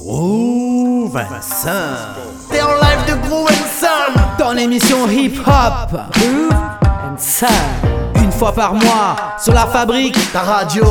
Groove and Sound. T'es en live de Groove and Sound. Dans l'émission Hip Hop Groove and Sound. Une fois par mois sur la fabrique. Ta radio.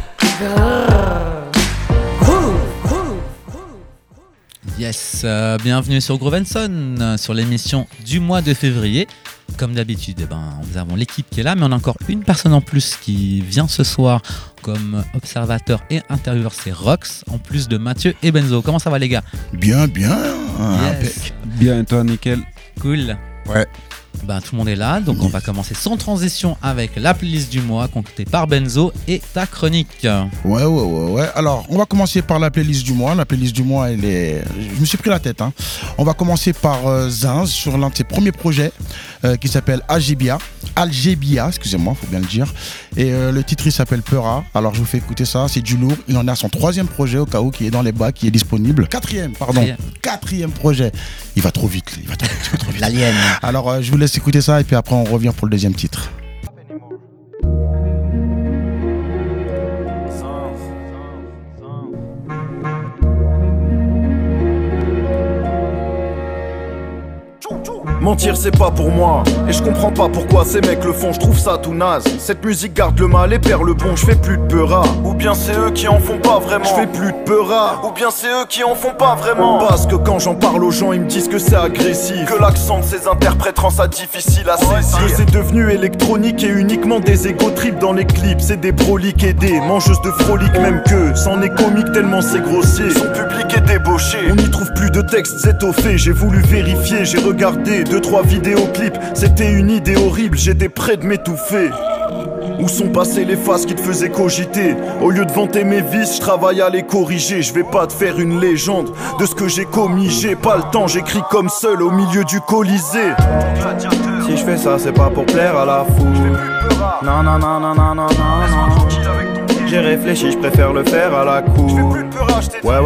Yes, bienvenue sur Groove and Sound, sur l'émission du mois de février. Comme d'habitude, nous avons l'équipe qui est là, mais on a encore une personne en plus qui vient ce soir comme observateur et intervieweur, c'est Rox, en plus de Mathieu et Benzo. Comment ça va les gars ? Bien. Yes. Bien, et toi, nickel. Cool. Ouais. Tout le monde est là, donc on va commencer sans transition avec la playlist du mois concoctée par Benzo et ta chronique. Ouais. Alors, on va commencer par la playlist du mois. La playlist du mois, je me suis pris la tête. On va commencer par Zinz sur l'un de ses premiers projets qui s'appelle Algebia, excusez-moi, faut bien le dire. Et le titre, il s'appelle Peura. Alors, je vous fais écouter ça, c'est du lourd. Il en est à son 3e projet au cas où, qui est dans les bacs, qui est disponible. 4e projet. Il va trop vite. L'alien. Alors, je vous laisse écouter ça et puis après, on revient pour le deuxième titre. Mentir c'est pas pour moi, et je comprends pas pourquoi ces mecs le font, je trouve ça tout naze. Cette musique garde le mal et perd le bon, je fais plus de peura. Ou bien c'est eux qui en font pas vraiment, je fais plus de peura. Ou bien c'est eux qui en font pas vraiment. Parce que quand j'en parle aux gens ils me disent que c'est agressif, que l'accent de ces interprètes rend ça difficile à saisir. Que c'est devenu électronique et uniquement des égo trips dans les clips. C'est des broliques et des mangeuses de frolic, même que c'en est comique tellement c'est grossier. Son public est débauché, on n'y trouve plus de textes étoffés. J'ai voulu vérifier, j'ai regardé 2-3 vidéoclips, c'était une idée horrible, j'étais près de m'étouffer. Où sont passées les phases qui te faisaient cogiter? Au lieu de vanter mes vices, je travaille à les corriger. Je vais pas te faire une légende de ce que j'ai commis. J'ai pas le temps, j'écris comme seul au milieu du Colisée. Si je fais ça, c'est pas pour plaire à la foule. Non. J'ai réfléchi, je préfère le faire à la cour. Ouais.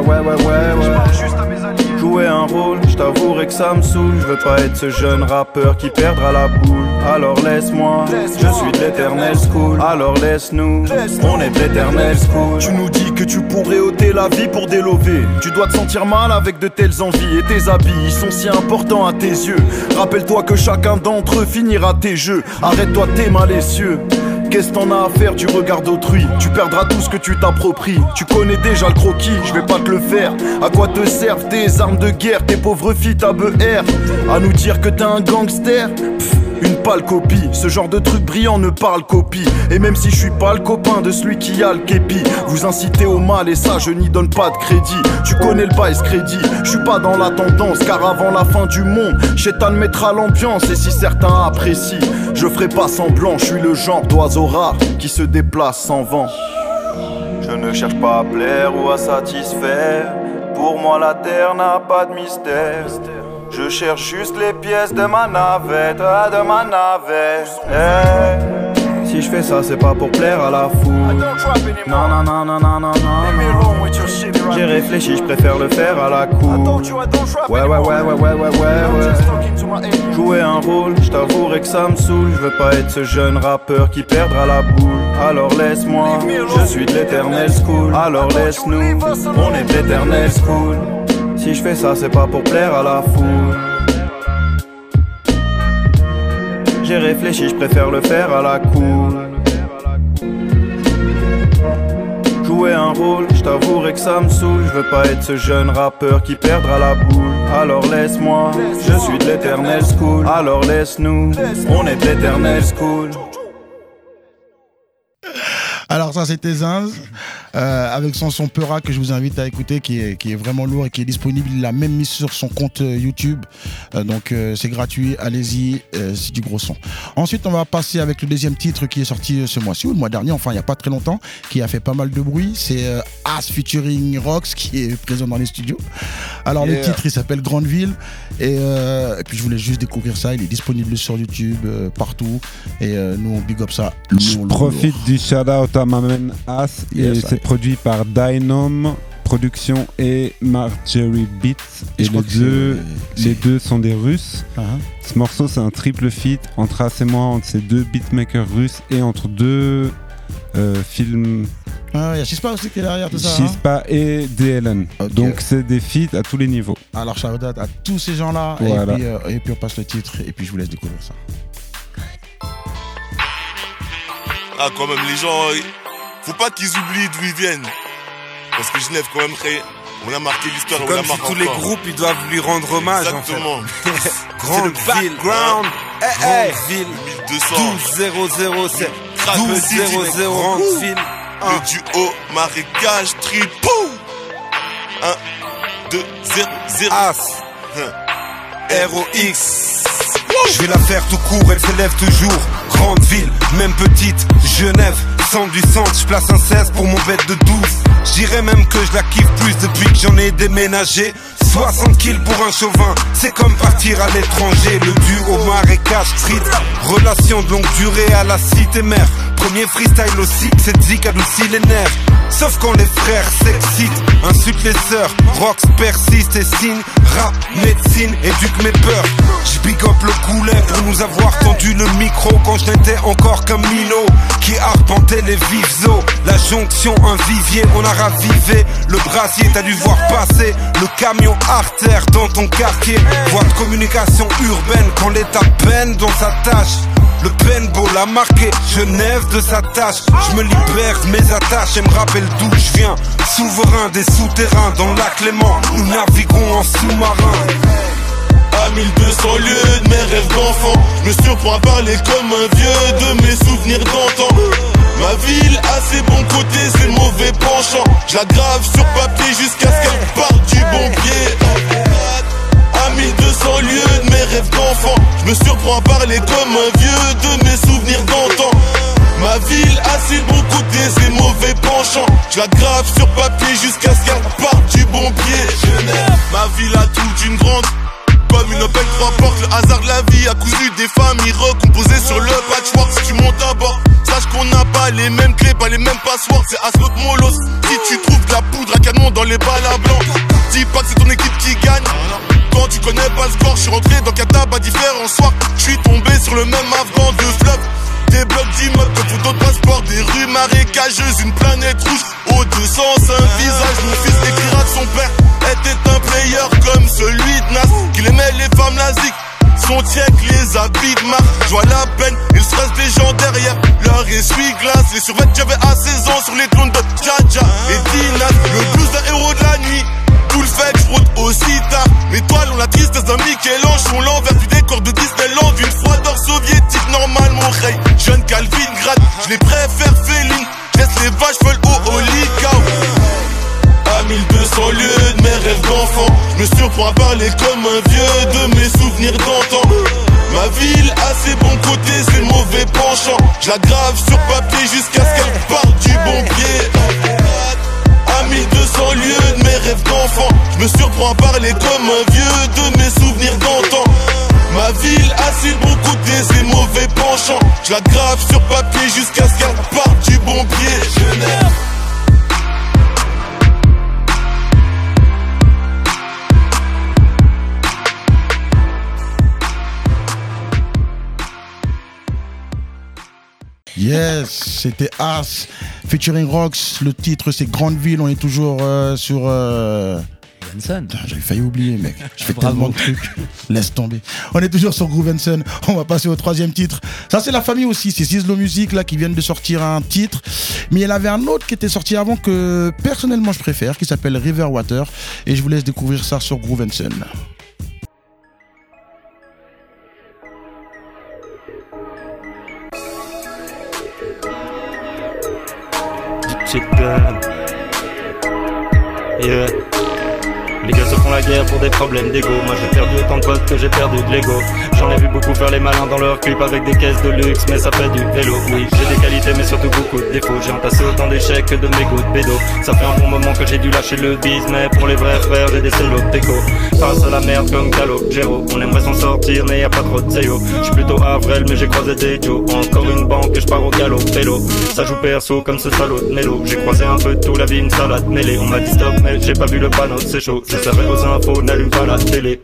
Jouer un rôle, je t'avouerai que ça me saoule. Je veux pas être ce jeune rappeur qui perdra la boule. Alors laisse-moi, je suis de l'éternel school. Alors laisse-nous, on est de l'éternel school. Tu nous dis que tu pourrais ôter la vie pour délover. Tu dois te sentir mal avec de telles envies. Et tes habits, ils sont si importants à tes yeux. Rappelle-toi que chacun d'entre eux finira tes jeux. Arrête-toi tes malicieux. Qu'est-ce t'en as à faire du regard d'autrui? Tu perdras tout ce que tu t'appropries. Tu connais déjà le croquis, je vais pas te le faire. À quoi te servent tes armes de guerre, tes pauvres filles, ta BR? À nous dire que t'es un gangster? Une pâle copie, ce genre de truc brillant ne parle copie. Et même si je suis pas le copain de celui qui a le képi, vous incitez au mal et ça je n'y donne pas de crédit. Tu connais le bail ce crédit, je suis pas dans la tendance. Car avant la fin du monde, Chétan mettra l'ambiance. Et si certains apprécient, je ferai pas semblant. Je suis le genre d'oiseau rare qui se déplace sans vent. Je ne cherche pas à plaire ou à satisfaire. Pour moi la terre n'a pas de mystère. Je cherche juste les pièces de ma navette, Si je fais ça, c'est pas pour plaire à la foule. Non. J'ai réfléchi, je préfère le faire à la cour. Ouais. Jouer un rôle, je t'avouerai que ça me saoule. Je veux pas être ce jeune rappeur qui perdra la boule. Alors laisse-moi, je suis de l'éternel school. Alors laisse-nous, on est de l'éternel school. Si je fais ça, c'est pas pour plaire à la foule. J'ai réfléchi, je préfère le faire à la cool. Jouer un rôle, je t'avouerai que ça me saoule. Je veux pas être ce jeune rappeur qui perdra la boule. Alors laisse-moi, je suis de l'éternel school. Alors laisse-nous, on est de l'éternel school. Alors ça c'était Zinz avec son Peura que je vous invite à écouter qui est vraiment lourd et qui est disponible. Il l'a même mis sur son compte YouTube donc c'est gratuit, allez-y, c'est du gros son. Ensuite on va passer avec le deuxième titre qui est sorti ce mois-ci ou le mois dernier, enfin il n'y a pas très longtemps, qui a fait pas mal de bruit. C'est As featuring Rox qui est présent dans les studios. Alors le titre il s'appelle Grande Ville et puis je voulais juste découvrir ça. Il est disponible sur YouTube partout et nous on big up ça. Je profite du shout out à ma man As et c'est produit par Dynam Production et Marjorie Beats et les deux sont des Russes. Ce morceau c'est un triple feat entre As et moi, entre ces deux beatmakers russes et entre deux Ah, il y a Chispa aussi qui est derrière tout ça. Chispa et DLN. Okay. Donc c'est des feats à tous les niveaux. Alors shout out à tous ces gens-là. Voilà. Et puis on passe le titre et puis je vous laisse découvrir ça. Ah, quand même, les gens, faut pas qu'ils oublient d'où ils viennent. Parce que Genève, quand même, on a marqué l'histoire, on a marqué tous les groupes, ils doivent lui rendre hommage. Exactement. En fait. Grande ville. Grande ville. 12007. 1200. Grande ville. Le duo marécage tripou. 1, 2, 0, 0. As. ROX. Je vais la faire tout court, elle s'élève toujours. Grande ville, même petite, Genève, centre du centre, je place un 16 pour mon bête de 12. J'irais même que je la kiffe plus depuis que j'en ai déménagé. 60 kills pour un chauvin, c'est comme partir à l'étranger. Le duo marécage street, relation de longue durée à la cité mère. Premier freestyle aussi, cette zik adoucit les nerfs. Sauf quand les frères s'excitent, insultent les sœurs. Rox persiste et signe, rap, médecine, éduque mes peurs. J'big up le goulet pour nous avoir tendu le micro quand je n'étais encore qu'un minot qui arpentait les vifs eaux. La jonction, un vivier, on a ravivé le brasier, t'as dû voir passer le camion artère dans ton quartier. Voie de communication urbaine quand l'État peine dans sa tâche. Le paintball a marqué Genève de sa tâche. Je me libère de mes attaches et me rappelle d'où je viens. Souverain des souterrains dans lac Clément, nous naviguons en sous-marin. À 1200 lieues de mes rêves d'enfant, je me surprends à parler comme un vieux de mes souvenirs d'antan. Ma ville a ses bons côtés, ses mauvais penchants. Je la grave sur papier jusqu'à ce qu'elle parte du bon pied. À 1200 lieues de mes rêves d'enfant, je me surprends à parler comme un vieux de mes souvenirs d'antan. Ma ville a ses bons côtés, ses mauvais penchants. Je la grave sur papier jusqu'à ce qu'elle parte du bon pied. Ma ville a tout d'une grande, comme une Opel 3 portes. Le hasard de la vie a cousu des familles recomposées sur le patchwork. Si tu montes à bord, sache qu'on n'a pas les mêmes clés, pas les mêmes passwords. C'est Aslot Molos. Si tu trouves de la poudre à canon dans les balles à blanc, dis pas que c'est ton équipe qui gagne. Quand tu connais pas le score, je suis rentré dans Qatar à différents soirs. Je suis tombé sur le même afghan de fleuve. Des blocs d'immeubles que font d'autres passeports. Des rues marécageuses, une planète rouge. Au 200, un visage. Mon fils écrira de son père était un player comme celui de Nas, qu'il aimait les femmes naziques. Son tièque, les habits de marque. Je vois la peine, il se reste légendaire derrière leur essuie-glace. Les survêtements j'avais à 16 ans sur les clones de Jaja et Dinas. Le blues d'un héros de la nuit, tout le fait que je rôde aussi tard. Mes toiles ont la tristesse d'un Michel-Ange, sont l'envers du décor de Disneyland. Une froideur soviétique, normal mon rey. Jeune Calvin Grad, je les préfère féline. Je laisse les vaches folles au Holy-Cow. À 1200 lieues de mes rêves d'enfant, je me surprends à parler comme un vieux de mes souvenirs d'antan. Ma ville a ses bons côtés, ses mauvais penchants. Je la grave sur papier jusqu'à ce qu'elle parte du bon pied. À 1200 lieues de mes rêves d'enfant, je me surprends à parler comme un vieux de mes souvenirs d'antan. Ma ville a ses bons côtés, ses mauvais penchants. Je la grave sur papier jusqu'à ce qu'elle parte du bon pied. Genève. Yes, c'était As featuring Rox. Le titre c'est Grande Ville. On est toujours sur. Groove&Son. J'avais failli oublier, mec. Je fais tellement de trucs. Laisse tomber. On est toujours sur Groove&Son. On va passer au troisième titre. Ça, c'est la famille aussi. C'est Zizlo Music là qui viennent de sortir un titre. Mais il y en avait un autre qui était sorti avant que personnellement je préfère, qui s'appelle River Water. Et je vous laisse découvrir ça sur Groove&Son. Yeah. Les gars se font la guerre pour des problèmes d'ego. Moi j'ai perdu autant de potes que j'ai perdu de l'ego. J'en ai vu beaucoup faire les malins dans leur clip avec des caisses de luxe, mais ça fait du vélo. Oui, j'ai des qualités mais surtout beaucoup de défauts. J'ai entassé autant d'échecs que de mégots de bédo. Ça fait un bon moment que j'ai dû lâcher le biz, mais pour les vrais frères j'ai des cellos de déco. Face à la merde comme Calogero, on aimerait s'en sortir mais y'a pas trop de zéo. J'suis plutôt Avril mais j'ai croisé des Joe. Encore une banque et j'pars au galop pélo. Ça joue perso comme ce salaud de Nello. J'ai croisé un peu tout, la vie une salade mêlée. On m'a dit stop mais j'ai pas vu le panneau, c'est chaud. Je savais aux infos, n'allume pas la télé.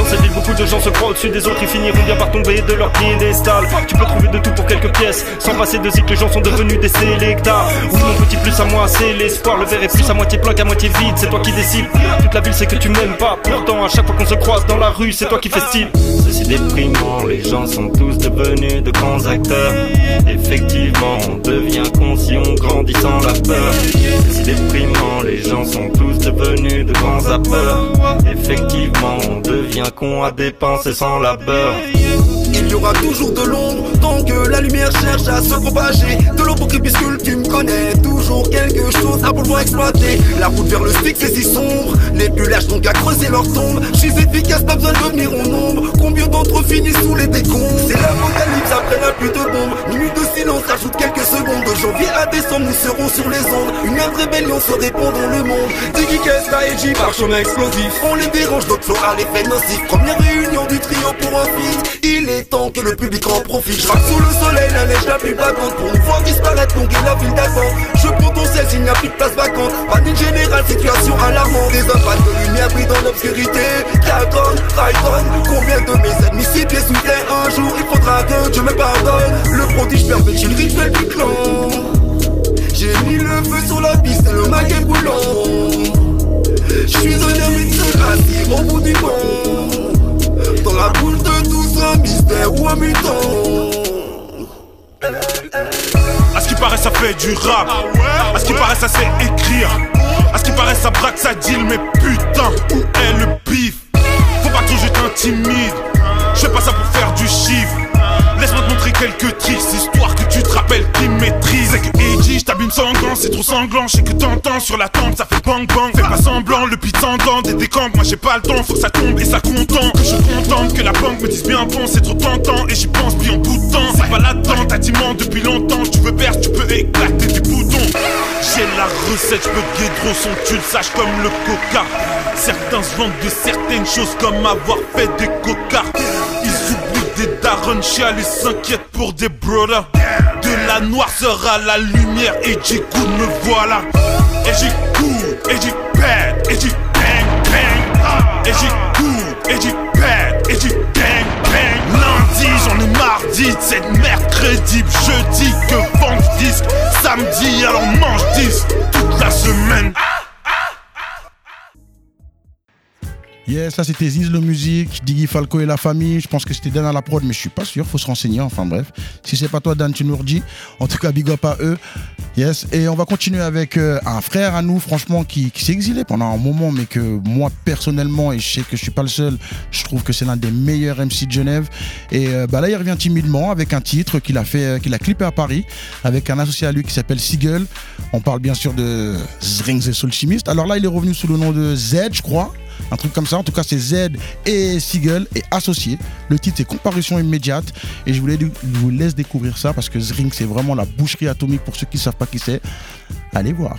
cette ville, beaucoup de gens se croient au-dessus des autres. Ils finiront bien par tomber de leur piédestal. Tu peux trouver de tout pour quelques pièces. Sans passer de cycle, les gens sont devenus des sélectas. Oui, mon petit, plus à moi, c'est l'espoir. Le verre est plus à moitié plein qu'à moitié vide. C'est toi qui décides. Toute la ville sait que tu m'aimes pas. Pourtant, à chaque fois qu'on se croise dans la rue, c'est toi qui fais style. Ceci déprimant, les gens sont tous devenus de grands acteurs. Effectivement, on devient conscient, grandit sans la peur. Ceci déprimant, les gens sont tous devenus de grands zappeurs. Effectivement, on devient con à dépenser sans labeur. Il y aura toujours de l'ombre tant que la lumière cherche à se propager. De l'ombre crépuscule, tu me connais. Toujours quelque chose à vouloir exploiter. La route vers le stick, c'est si sombre. Les plus lâches donc à creuser leur tombe. Je suis efficace, pas besoin de devenir en nombre. Combien d'entre eux finissent sous les décombres? C'est l'apocalypse après la pluie de bombes. Minute de silence, ajoute quelques secondes. De janvier à décembre, nous serons sur les ondes. Une grande rébellion se répand dans le monde. Diggy Kesta et J par chemin explosif. On les dérange, notre flow a l'effet nocif. Première réunion du trio pour un feat. Il est temps que le public en profite. Je rappe sous le soleil, la neige la plus battante. Pour nous voir disparaître, longuer la ville d'attente. Je prends ton ciel s'il n'y a plus de place vacante. Panique générale, situation alarmante. Des impasses de lumière brillent dans l'obscurité. Dragon, Triton, combien de mes ennemis si pieds sous terre? Un jour il faudra que Dieu me pardonne. Le prodige perpétue le rituel du clan. J'ai mis le feu sur la piste et le mag est brûlant. Je suis un ermite seul assis au bout du banc. Dans la boule de tous un mystère ou un mutant. À ce qui paraît ça fait du rap. À ce qui paraît ça sait écrire. À ce qui paraît ça braque, ça deal. Mais putain, où est le bif? Faut pas que je t'intimide. Je fais pas ça pour faire du chiffre. Laisse-moi te montrer quelques tricks, histoire que tu te rappelles qui maîtrise. Et que Edgy, je t'abîme sans gants, c'est trop sanglant. Je sais que t'entends sur la tempe, ça fait bang bang. Fais pas semblant, le pit sanglant des décampes. Moi j'ai pas le temps, faut que ça tombe et ça content. Que je contente que la banque me dise bien bon, c'est trop tentant. Et j'y pense puis en bout de temps. C'est pas là-dedans, t'as dit ment depuis longtemps. Tu veux perdre, tu peux éclater tes boutons. J'ai la recette, je peux guédro son tu le saches comme le coca. Certains se vantent de certaines choses comme avoir fait des cocards. Ils oublient des darons chiales et s'inquiètent pour des brothers. De la noirceur à la lumière, et j'ai good, me voilà. Et j'ai good, et j'ai bad, et j'ai bang bang. Et j'ai good, et j'ai bad, et j'ai bang bang. Lundi, j'en ai mardi de cette merde crédible. Jeudi que vente disque, samedi alors mange 10 toute la semaine. Yes, ça c'était Ziz le musique, Diggy Falco et la famille. Je pense que c'était Dan à la prod, mais je suis pas sûr, faut se renseigner. Enfin bref, si c'est pas toi, Dan, tu nous redis. En tout cas, big up à eux. Yes, et on va continuer avec un frère à nous, franchement, qui s'est exilé pendant un moment, mais que moi personnellement, et je sais que je suis pas le seul, je trouve que c'est l'un des meilleurs MC de Genève. Et là, il revient timidement avec un titre qu'il a clippé à Paris, avec un associé à lui qui s'appelle Seagull. On parle bien sûr de Zrings et Soulchimiste. Alors là, il est revenu sous le nom de Z, je crois. Un truc comme ça, en tout cas c'est Z et Seagull et associés. Le titre c'est Comparution immédiate et je vous laisse découvrir ça parce que Zring c'est vraiment la boucherie atomique pour ceux qui ne savent pas qui c'est. Allez voir.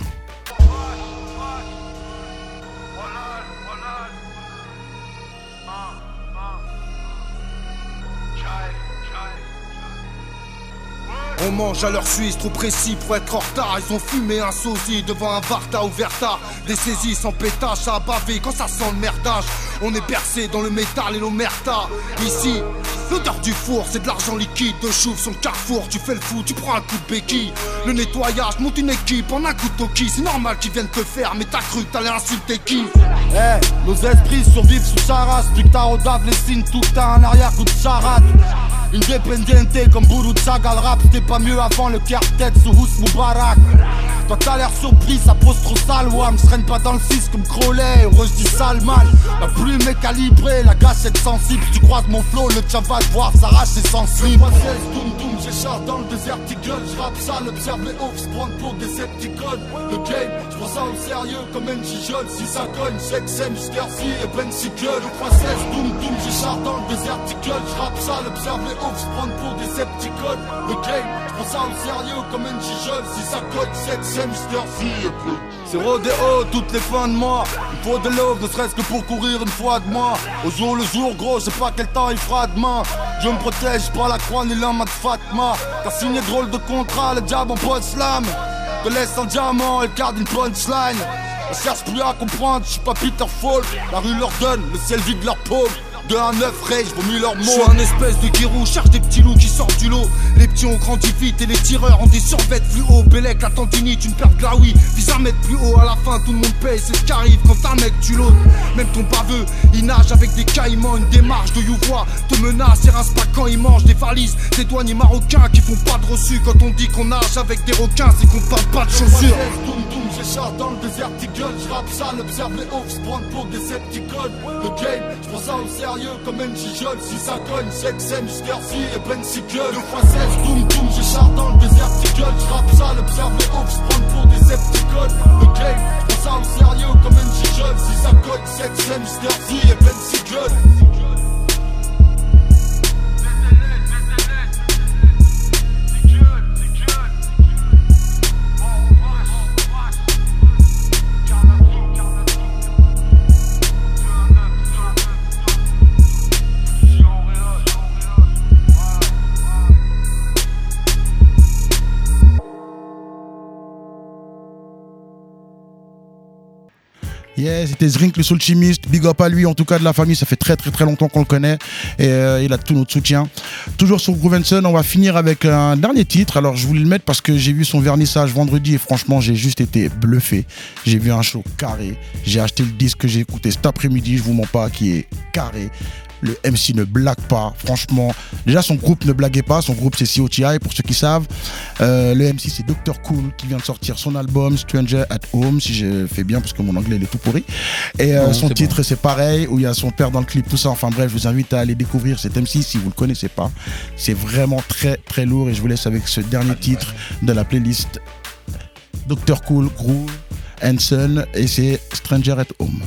On mange à leur suisse, trop précis pour être en retard. Ils ont fumé un sosie devant un Varta ou Verta. Des saisies sans pétage, ça a bavé quand ça sent le merdage. On est bercé dans le métal et l'omerta. Ici, l'odeur du four, c'est de l'argent liquide. De chouffe son carrefour, tu fais le fou, tu prends un coup de béquille. Le nettoyage monte une équipe en un coup de toki. C'est normal qu'ils viennent te faire, mais t'as cru que t'allais insulter qui? Nos esprits survivent sous sa race. Plus que t'as rodave les signes, tout t'as un arrière-coup de charade. Independiente comme Bourou de Saga, le rap c'était pas mieux avant le quartet sous Hous Moubarak. Toi t'as l'air surpris, ça pose trop sale, wam. Je traîne pas dans le 6 comme Crowley, heureux je dis sale mal. La plume est calibrée, la gâchette sensible. Tu croises mon flow, le tien va te voir, s'arrache c'est sensible. J'écharge dans le désert Tigol, j'rappe ça, l'observe les oufs, se pour des septicones. Le game, j'prends ça au sérieux comme NJ Jeune. Si ça cogne, Sexem, Skersy et Ben Sickle. Le 3-16, doum doum, j'écharge dans le désert Tigol, j'rappe ça, l'observe les oufs, se pour des septicones. Le game, j'prends ça au sérieux comme NJ Jeune. Si ça cogne, Sexem, Skersy et Ben. C'est rodéo toutes les fins de mois. Il faut de l'eau, ne serait-ce que pour courir une fois de moi. Au jour le jour, gros, je sais pas quel temps il fera demain. Je me protège pas la croix ni l'homme de Fatma. T'as signé drôle de contrat, le diable en pot slam. Te laisse un diamant, elle garde une punchline. On cherche plus à comprendre, je suis pas Peter Falk. La rue leur donne, le ciel vide leur paume. De 1 9 rage, vaut mieux leur mot. Je suis un espèce de guirou, cherche des petits loups qui sortent du lot. Les petits ont grandi vite et les tireurs ont des survêtes plus hauts. Bellec, la tendinite, une paire de glaouis. Vise 1 mètre plus haut, à la fin tout le monde paye. C'est ce qui arrive quand un mec tue l'autre. Même ton baveux, il nage avec des caïmans. Une démarche de youvois te menace et rince pas quand il mange des valises. Des douaniers marocains qui font pas de reçu. Quand on dit qu'on nage avec des requins, c'est qu'on parle pas de chaussures. J'échappe dans le désert, gueule, j'rappe ça, observe les oufs, prendre pour des septicones. Le game, j'prends ça au sérieux comme un jeune. Si ça cogne, sexem, jusqu'à-ci et ben si gueule. 2x16, boum boum, j'échappe dans le désert, gueule, j'rappe ça, observe les oufs, prendre pour des septicones. Le game, j'prends ça au sérieux comme un jeune. Si ça cogne, sexem, jusqu'à-ci et ben si gueule. Yeah, c'était Zrink le soul chimiste, big up à lui en tout cas de la famille, ça fait très longtemps qu'on le connaît et il a tout notre soutien. Toujours sur Groove & Son, on va finir avec un dernier titre. Alors je voulais le mettre parce que j'ai vu son vernissage vendredi et franchement j'ai juste été bluffé. J'ai vu un show carré, j'ai acheté le disque que j'ai écouté cet après-midi, je vous mens pas, qui est carré. Le MC ne blague pas, franchement. Déjà, son groupe ne blaguait pas. Son groupe, c'est COTI, pour ceux qui savent. Le MC, c'est Dr. Cool, qui vient de sortir son album Stranger at Home, si je fais bien, parce que mon anglais, il est tout pourri. Et son titre, bon. C'est pareil, où il y a son père dans le clip, tout ça. Enfin bref, je vous invite à aller découvrir cet MC si vous le connaissez pas. C'est vraiment très lourd. Et je vous laisse avec ce dernier titre de la playlist Dr. Cool, Groove & Son, et c'est Stranger at Home.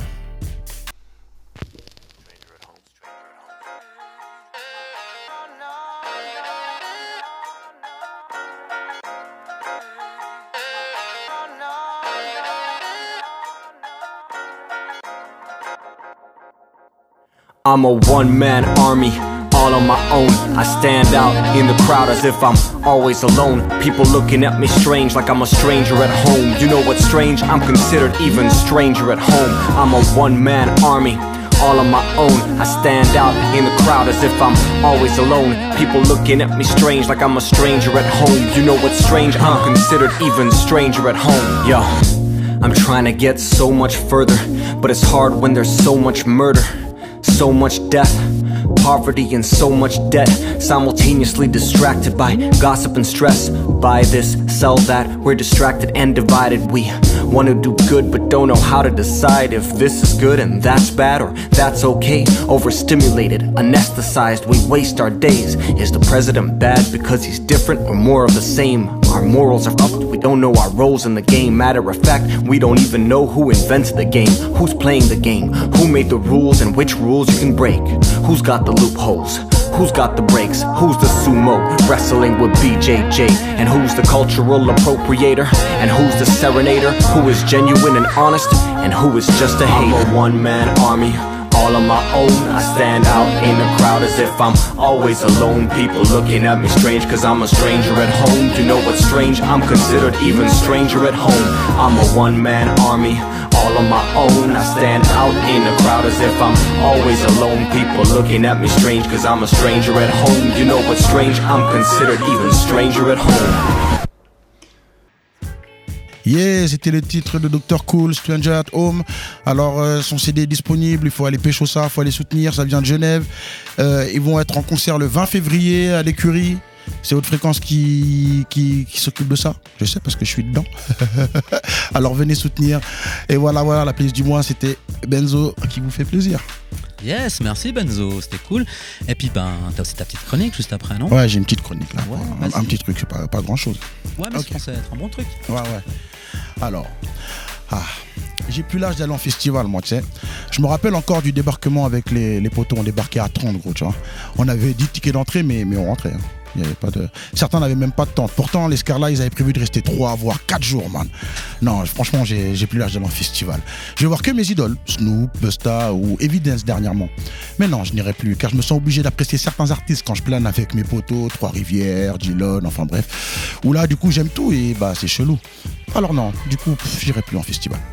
I'm a one-man army, all on my own. I stand out in the crowd as if I'm always alone. People looking at me strange like I'm a stranger at home. You know what's strange? I'm considered even stranger at home. I'm a one-man army, all on my own. I stand out in the crowd as if I'm always alone. People looking at me strange like I'm a stranger at home. You know what's strange? I'm considered even stranger at home. Yo, I'm trying to get so much further, but it's hard when there's so much murder, so much death, poverty and so much debt. Simultaneously distracted by gossip and stress. By this, sell that, we're distracted and divided. We want to do good but don't know how to decide if this is good and that's bad or that's okay. Overstimulated, anesthetized, we waste our days. Is the president bad because he's different or more of the same? Our morals are upped, we don't know our roles in the game. Matter of fact, we don't even know who invented the game. Who's playing the game? Who made the rules and which rules you can break? Who's got the loopholes? Who's got the breaks? Who's the sumo wrestling with BJJ? And who's the cultural appropriator? And who's the serenader? Who is genuine and honest? And who is just a hater? I'm a one-man army, all on my own. I stand out in the crowd as if I'm always alone. People looking at me strange cause I'm a stranger at home. You know what's strange? I'm considered even stranger at home. I'm a one-man army, all on my own. I stand out in the crowd as if I'm always alone. People looking at me strange cause I'm a stranger at home. You know what's strange? I'm considered even stranger at home. Yeah, c'était le titre de Dr. Cool, Stranger at Home. Alors, son CD est disponible, il faut aller pécho ça, il faut aller soutenir, ça vient de Genève. Ils vont être en concert le 20 février à l'Écurie. C'est Haute Fréquence qui s'occupe de ça. Je sais parce que je suis dedans. Alors venez soutenir. Et voilà, la playlist du mois, c'était Benzo qui vous fait plaisir. Yes, merci Benzo, c'était cool. Et puis t'as aussi ta petite chronique juste après, non? Ouais, j'ai une petite chronique là. Ouais, un petit truc, c'est pas grand chose. Ouais, mais okay. Ça va être un bon truc. Ouais. Alors, j'ai plus l'âge d'aller en festival, moi, tu sais. Je me rappelle encore du débarquement avec les potos. On débarquait à 30, gros, tu vois. On avait 10 tickets d'entrée, mais on rentrait. Hein. Il y avait pas de... Certains n'avaient même pas de tente. Pourtant, les Scarla, ils avaient prévu de rester 3 voire 4 jours, man. Non, franchement, j'ai plus l'âge d'aller en festival. Je vais voir que mes idoles, Snoop, Busta ou Evidence dernièrement. Mais non, je n'irai plus, car je me sens obligé d'apprécier certains artistes quand je plane avec mes potos, Trois-Rivières, Dillon, enfin bref. Où là, du coup, j'aime tout et c'est chelou. Alors non, du coup, j'irai plus en festival.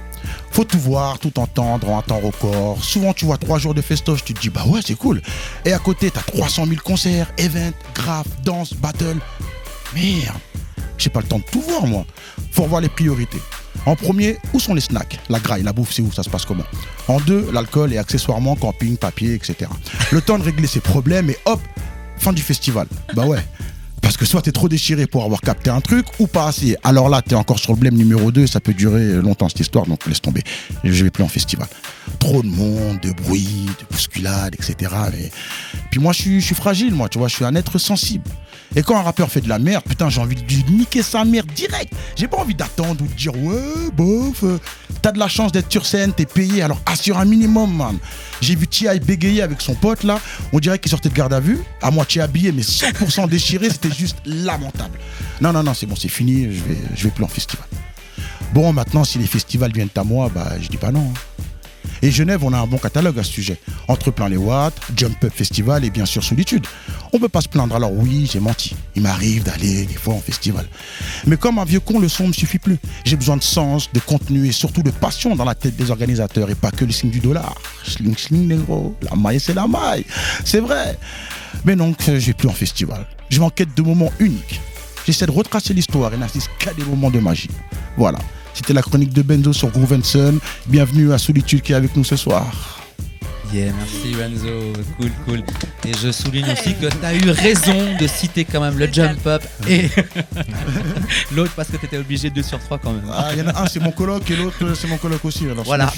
Faut tout voir, tout entendre en un temps record. Souvent, tu vois 3 jours de festoche, tu te dis, bah ouais, c'est cool. Et à côté, t'as 300 000 concerts, events, graphes, danse, battle. Merde, j'ai pas le temps de tout voir, moi. Faut revoir les priorités. En premier, où sont les snacks? La graille, la bouffe, c'est où? Ça se passe comment? En 2, l'alcool et accessoirement camping, papier, etc. Le temps de régler ses problèmes et hop, fin du festival. Bah ouais. Parce que soit t'es trop déchiré pour avoir capté un truc ou pas assez. Alors là, t'es encore sur le blême numéro 2, ça peut durer longtemps cette histoire, donc laisse tomber. Je vais plus en festival. Trop de monde, de bruit, de bousculade, etc. Mais... Puis moi, je suis fragile, moi, tu vois, je suis un être sensible. Et quand un rappeur fait de la merde, putain, j'ai envie de lui niquer sa merde direct. J'ai pas envie d'attendre ou de dire ouais, bof, t'as de la chance d'être sur scène, t'es payé, alors assure un minimum, man. J'ai vu T.I. bégayer avec son pote là, on dirait qu'il sortait de garde à vue, à moitié habillé, mais 100% déchiré, c'était juste lamentable. Non, c'est bon, c'est fini, je vais plus en festival. Bon, maintenant, si les festivals viennent à moi, bah, je dis pas non. Et Genève, on a un bon catalogue à ce sujet. Entre plein les watts, Jump Up Festival et bien sûr Solitude. On peut pas se plaindre, alors oui, j'ai menti. Il m'arrive d'aller des fois en festival. Mais comme un vieux con, le son me suffit plus. J'ai besoin de sens, de contenu et surtout de passion dans la tête des organisateurs et pas que le signe du dollar. Schling, schling, négro. La maille, c'est la maille. C'est vrai. Mais non, je vais plus en festival. Je vais en quête de moments uniques. J'essaie de retracer l'histoire et n'insiste qu'à des moments de magie. Voilà. C'était la chronique de Benzo sur Groove & Son. Bienvenue à Solitude qui est avec nous ce soir. Yeah, merci Renzo, cool. Et je souligne aussi que tu as eu raison de citer quand même le Jump Up et l'autre parce que tu étais obligé de 2 sur 3 quand même. Ah, il y en a un, c'est mon coloc et l'autre, c'est mon coloc aussi. Alors voilà.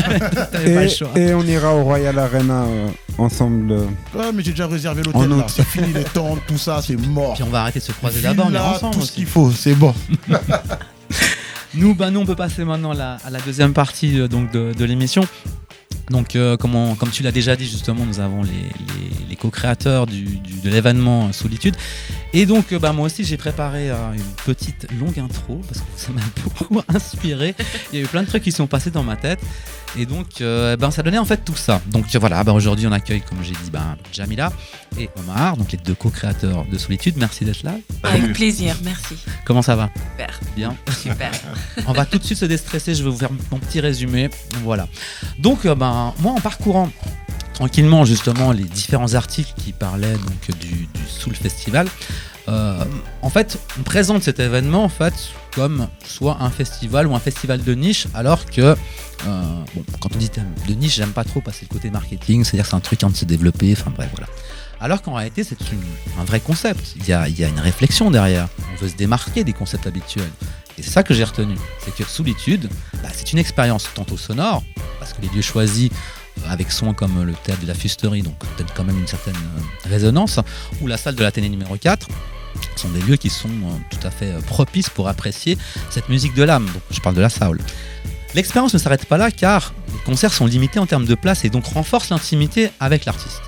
Et on ira au Royal Arena ensemble. Ouais, mais j'ai déjà réservé l'hôtel là. C'est fini les tentes, tout ça, c'est mort. Puis on va arrêter de se croiser là-bas, on est ensemble. Tout aussi. ce qu'il faut, c'est bon. Nous, on peut passer maintenant à la deuxième partie donc de l'émission. Donc, comme tu l'as déjà dit, justement, nous avons les co-créateurs de l'événement Solitude. Et donc, moi aussi, j'ai préparé une petite longue intro parce que ça m'a beaucoup inspiré. Il y a eu plein de trucs qui sont passés dans ma tête. Et donc, ça donnait en fait tout ça. Donc voilà, aujourd'hui, on accueille, comme j'ai dit, Jamila et Omar, donc les 2 co-créateurs de Solitude. Merci d'être là. Avec plaisir, merci. Comment ça va? Super. Bien. Super. On va tout de suite se déstresser. Je vais vous faire mon petit résumé. Voilà. Donc, moi, en parcourant tranquillement justement les différents articles qui parlaient donc du Soul Festival, en fait, on présente cet événement en fait comme soit un festival ou un festival de niche, alors que quand on dit de niche, j'aime pas trop passer le côté marketing, c'est-à-dire que c'est un truc qui vient de se développer, enfin bref, voilà. Alors qu'en réalité, c'est un vrai concept. Il y a une réflexion derrière. On veut se démarquer des concepts habituels. Et c'est ça que j'ai retenu. C'est que Solitude, c'est une expérience tantôt sonore, parce que les lieux choisis avec soin comme le théâtre de la Fusterie, donc peut-être quand même une certaine résonance, ou la salle de l'Athénée numéro 4, sont des lieux qui sont tout à fait propices pour apprécier cette musique de l'âme. Donc je parle de la soul. L'expérience ne s'arrête pas là car les concerts sont limités en termes de place et donc renforcent l'intimité avec l'artiste.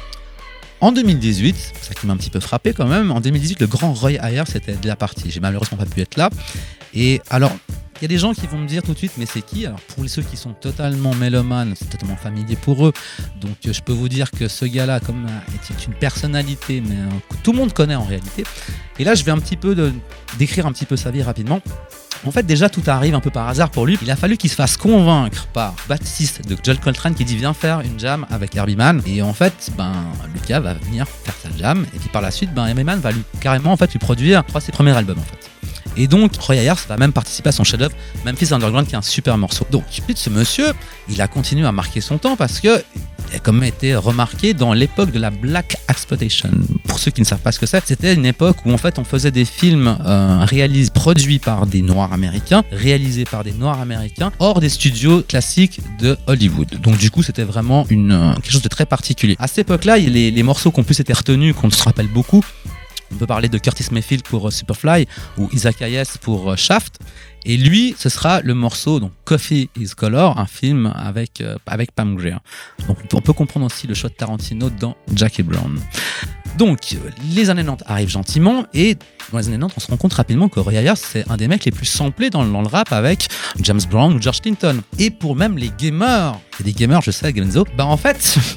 En 2018, c'est ça qui m'a un petit peu frappé quand même, en 2018 le grand Roy Ayers était de la partie. J'ai malheureusement pas pu être là. Et alors, il y a des gens qui vont me dire tout de suite, mais c'est qui? Alors pour ceux qui sont totalement mélomanes, c'est totalement familier pour eux. Donc je peux vous dire que ce gars-là, comme est une personnalité, mais que tout le monde connaît en réalité. Et là, je vais un petit peu décrire un petit peu sa vie rapidement. En fait, déjà, tout arrive un peu par hasard pour lui. Il a fallu qu'il se fasse convaincre par Baptiste de John Coltrane qui dit viens faire une jam avec Herbie Mann. Et en fait, Lucas va venir faire sa jam. Et puis par la suite, Herbie Mann va lui produire ses premiers albums en fait. Et donc, Roy Ayers va même participer à son chef-d'œuvre Memphis Underground, qui est un super morceau. Donc, ce monsieur, il a continué à marquer son temps parce que il a quand même été remarqué dans l'époque de la Black Exploitation. Pour ceux qui ne savent pas ce que c'est, c'était une époque où en fait on faisait des films produits par des Noirs américains, réalisés par des Noirs américains, hors des studios classiques de Hollywood. Donc du coup, c'était vraiment quelque chose de très particulier. À cette époque-là, les morceaux qui ont plus été retenus, qu'on se rappelle beaucoup, on peut parler de Curtis Mayfield pour Superfly ou Isaac Hayes pour Shaft. Et lui, ce sera le morceau donc Coffee is Color, un film avec Pam Grier. Donc on peut comprendre aussi le choix de Tarantino dans Jackie Brown. Donc les années 90 arrivent gentiment et dans les années 90, on se rend compte rapidement que Roy Ayers, c'est un des mecs les plus samplés dans le rap avec James Brown ou George Clinton. Et pour même les gamers, et des gamers, je sais, Genzo, en fait...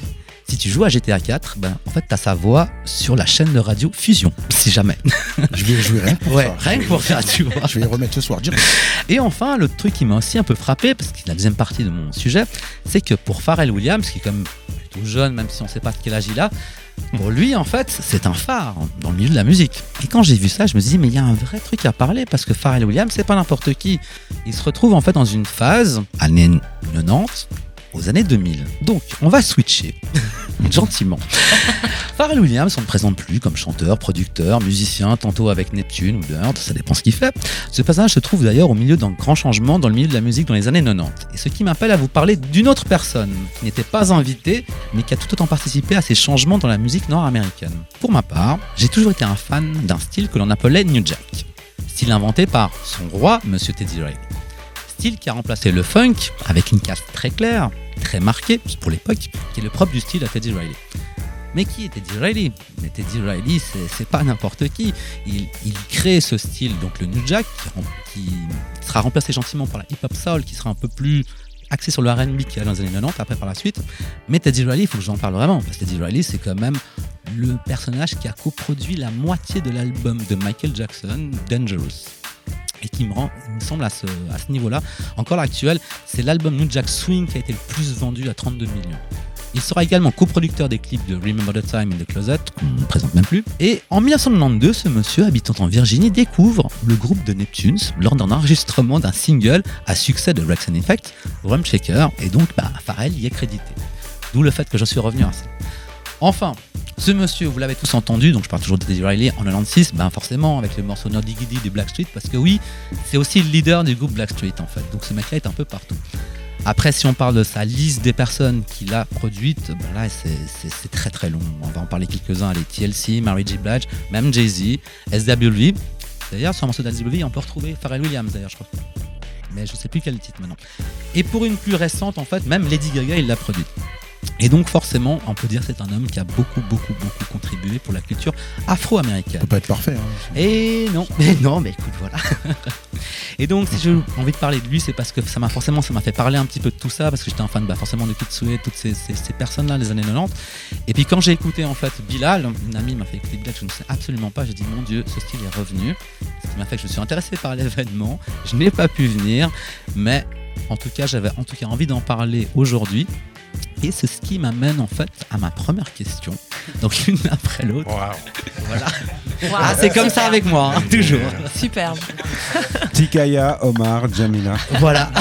si tu joues à GTA 4, en fait, tu as sa voix sur la chaîne de radio Fusion, si jamais. Je vais jouer rien pour ça. Rien que pour ça, tu vois. Je vais y remettre ce soir, direct. Et enfin, le truc qui m'a aussi un peu frappé, parce que c'est la deuxième partie de mon sujet, c'est que pour Pharrell Williams, qui est quand même plutôt jeune, même si on ne sait pas de quel âge il a, pour lui, en fait, c'est un phare dans le milieu de la musique. Et quand j'ai vu ça, je me suis dit, mais il y a un vrai truc à parler, parce que Pharrell Williams, c'est pas n'importe qui. Il se retrouve en fait dans une phase, années 90, aux années 2000. Donc, on va switcher, gentiment. Pharrell Williams, on ne le présente plus comme chanteur, producteur, musicien, tantôt avec Neptune ou Dirt, ça dépend ce qu'il fait. Ce personnage se trouve d'ailleurs au milieu d'un grand changement dans le milieu de la musique dans les années 90. Et ce qui m'appelle à vous parler d'une autre personne, qui n'était pas invitée, mais qui a tout autant participé à ces changements dans la musique nord-américaine. Pour ma part, j'ai toujours été un fan d'un style que l'on appelait New Jack. Style inventé par son roi, Monsieur Teddy Riley. Style qui a remplacé le funk avec une caste très claire, très marquée pour l'époque, qui est le propre du style à Teddy Riley. Mais qui est Teddy Riley ? Mais Teddy Riley, c'est pas n'importe qui. Il crée ce style, donc le New Jack, qui sera remplacé gentiment par la hip-hop soul, qui sera un peu plus axé sur le R&B qu'il y a dans les années 90, après par la suite. Mais Teddy Riley, il faut que j'en parle vraiment, parce que Teddy Riley, c'est quand même le personnage qui a coproduit la moitié de l'album de Michael Jackson, Dangerous. Et qui me semble à ce niveau-là, encore l'actuel, c'est l'album New Jack Swing qui a été le plus vendu à 32 millions. Il sera également coproducteur des clips de Remember the Time in the Closet, qu'on ne présente même plus. Et en 1992, ce monsieur, habitant en Virginie, découvre le groupe de Neptunes lors d'un enregistrement d'un single à succès de Rex and Effect, Rum Shaker, et donc Pharrell y est crédité. D'où le fait que je suis revenu à ça. Enfin, ce monsieur, vous l'avez tous entendu, donc je parle toujours de Teddy Riley en 96, forcément avec le morceau No Diggity des Blackstreet, parce que oui, c'est aussi le leader du groupe Blackstreet en fait, donc ce mec-là est un peu partout. Après, si on parle de sa liste des personnes qu'il a produites, là c'est très très long. On va en parler quelques-uns, les TLC, Mary J. Blige, même Jay-Z, SWV. D'ailleurs, sur un morceau de SWV, on peut retrouver Pharrell Williams d'ailleurs, je crois. Mais je sais plus quel titre maintenant. Et pour une plus récente, en fait, même Lady Gaga, il l'a produite. Et donc forcément, on peut dire que c'est un homme qui a beaucoup contribué pour la culture afro-américaine. Ça peut pas être parfait. Hein. Et non, mais écoute, voilà. Et donc, si j'ai envie de parler de lui, c'est parce que ça m'a fait parler un petit peu de tout ça, parce que j'étais un fan forcément de Kitsue, toutes ces personnes-là des années 90. Et puis quand j'ai écouté en fait Bilal, une amie m'a fait écouter Bilal, je ne sais absolument pas, j'ai dit mon Dieu, ce style est revenu. Ce qui m'a fait que je me suis intéressé par l'événement. Je n'ai pas pu venir, mais en tout cas, j'avais envie d'en parler aujourd'hui. Et c'est ce qui m'amène en fait à ma première question. Donc l'une après l'autre. Wow. Voilà. Wow. C'est comme ça avec moi, hein, toujours. Superbe. Tikaya, Omar, Jamila. Voilà.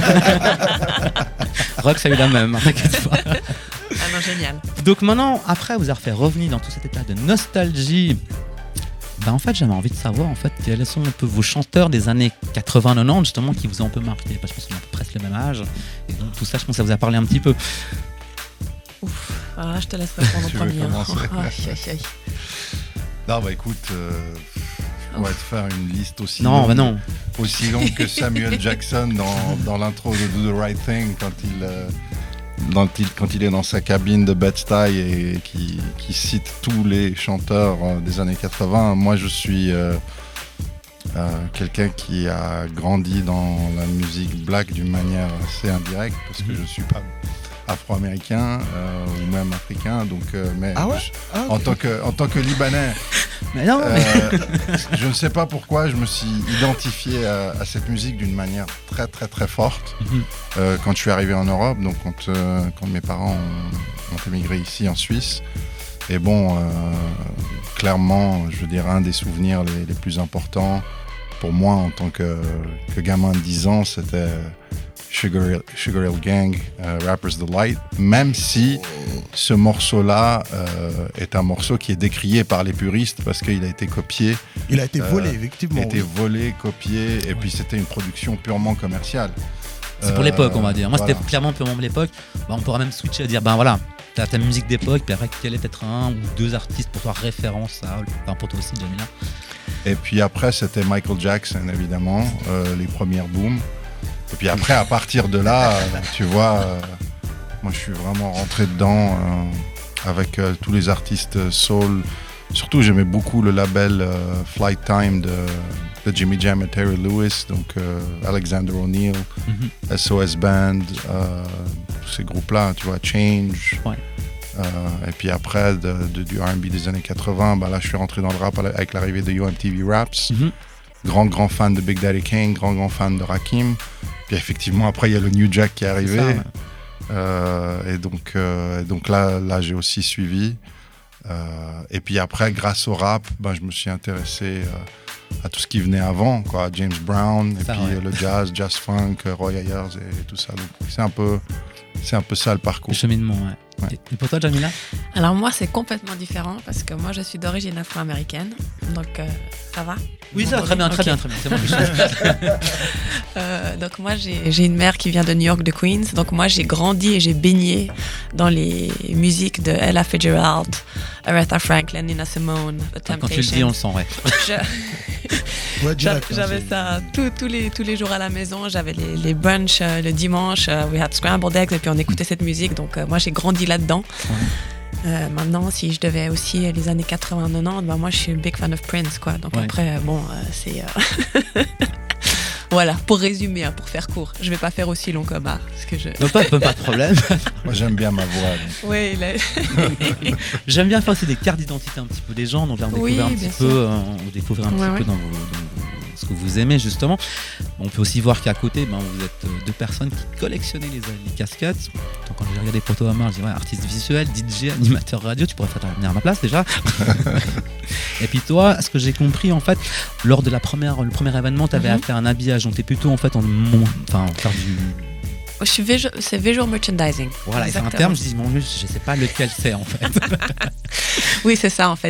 Rox a eu la même, t'inquiète pas. Ah non, génial. Donc maintenant, après vous avoir fait revenir dans tout cet état de nostalgie, en fait j'avais envie de savoir en fait quels sont un peu vos chanteurs des années 80-90 justement qui vous ont un peu marqué, parce que je pense qu'on a presque le même âge et donc tout ça je pense que ça vous a parlé un petit peu. Ouf, je te laisse répondre en premier. Non écoute, on va te faire une liste aussi aussi longue que Samuel Jackson dans l'intro de Do the Right Thing quand il est dans sa cabine de Bed-Stuy et qui cite tous les chanteurs des années 80. Moi, je suis quelqu'un qui a grandi dans la musique black d'une manière assez indirecte parce que je suis pas afro-américain ou même africain, donc en tant que Libanais, je ne sais pas pourquoi je me suis identifié à cette musique d'une manière très très très forte quand je suis arrivé en Europe, donc quand mes parents ont émigré ici en Suisse. Et clairement, je veux dire, un des souvenirs les plus importants pour moi en tant que gamin de 10 ans, c'était Sugar Hill Gang, Rapper's Delight, même si ce morceau-là est un morceau qui est décrié par les puristes parce qu'il a été copié. Il a été volé, effectivement. Il a été volé, copié, et puis c'était une production purement commerciale. C'est pour l'époque, on va dire. Moi, c'était clairement purement l'époque. On pourra même switcher à dire, voilà, t'as ta musique d'époque, puis après, quel est peut-être un ou deux artistes pour toi référence à, pour toi aussi, Jamila. Et puis après, c'était Michael Jackson, évidemment, les premières booms. Et puis après, à partir de là, tu vois, moi je suis vraiment rentré dedans avec tous les artistes soul. Surtout, j'aimais beaucoup le label Flight Time de Jimmy Jam et Terry Lewis, donc Alexander O'Neill, SOS Band, tous ces groupes-là, tu vois, Change. Ouais. Et puis après, du R&B des années 80, là, je suis rentré dans le rap avec l'arrivée de UMTV Raps. Grand fan de Big Daddy Kane, grand fan de Rakim. Puis effectivement, après, il y a le New Jack qui est arrivé. Et donc là, j'ai aussi suivi. Et puis après, grâce au rap, je me suis intéressé à tout ce qui venait avant, quoi. James Brown, et puis le jazz funk, Roy Ayers et tout ça. Donc c'est un peu ça le parcours. Le cheminement, ouais. Et pour toi, Jamila? Alors moi, c'est complètement différent parce que moi, je suis d'origine afro-américaine. Donc, ça va? Oui, ça va très bien, très bien. C'est bon. Donc moi, j'ai une mère qui vient de New York, de Queens. Donc moi, j'ai grandi et j'ai baigné dans les musiques de Ella Fitzgerald, Aretha Franklin, Nina Simone, The Temptations. Quand tu le dis, on le sent, ouais. J'avais ça tous les jours à la maison. J'avais les brunchs le dimanche. We had scrambled eggs et puis on écoutait cette musique. Donc moi, j'ai grandi là-dedans. Maintenant, si je devais aussi les années 80-90, moi, je suis big fan of Prince, quoi. Donc après, c'est... Voilà, pour résumer, pour faire court. Je vais pas faire aussi long comme art. Parce que Non, pas de problème. Moi, j'aime bien ma voix. Oui, j'aime bien faire aussi des cartes d'identité un petit peu des gens, donc découvrir un petit peu dans ce que vous aimez justement. On peut aussi voir qu'à côté, vous êtes deux personnes qui collectionnez les casquettes. Donc quand j'ai regardé pour toi, Omar, je dis artiste visuel, DJ, animateur radio, tu pourrais venir à ma place déjà. Et puis toi, ce que j'ai compris en fait, lors de le premier événement, tu avais fait un habillage, donc tu es plutôt en fait faire du... C'est visual merchandising. Voilà, et c'est un terme, je dis, mon Dieu, je sais pas lequel c'est en fait. Oui, c'est ça en fait.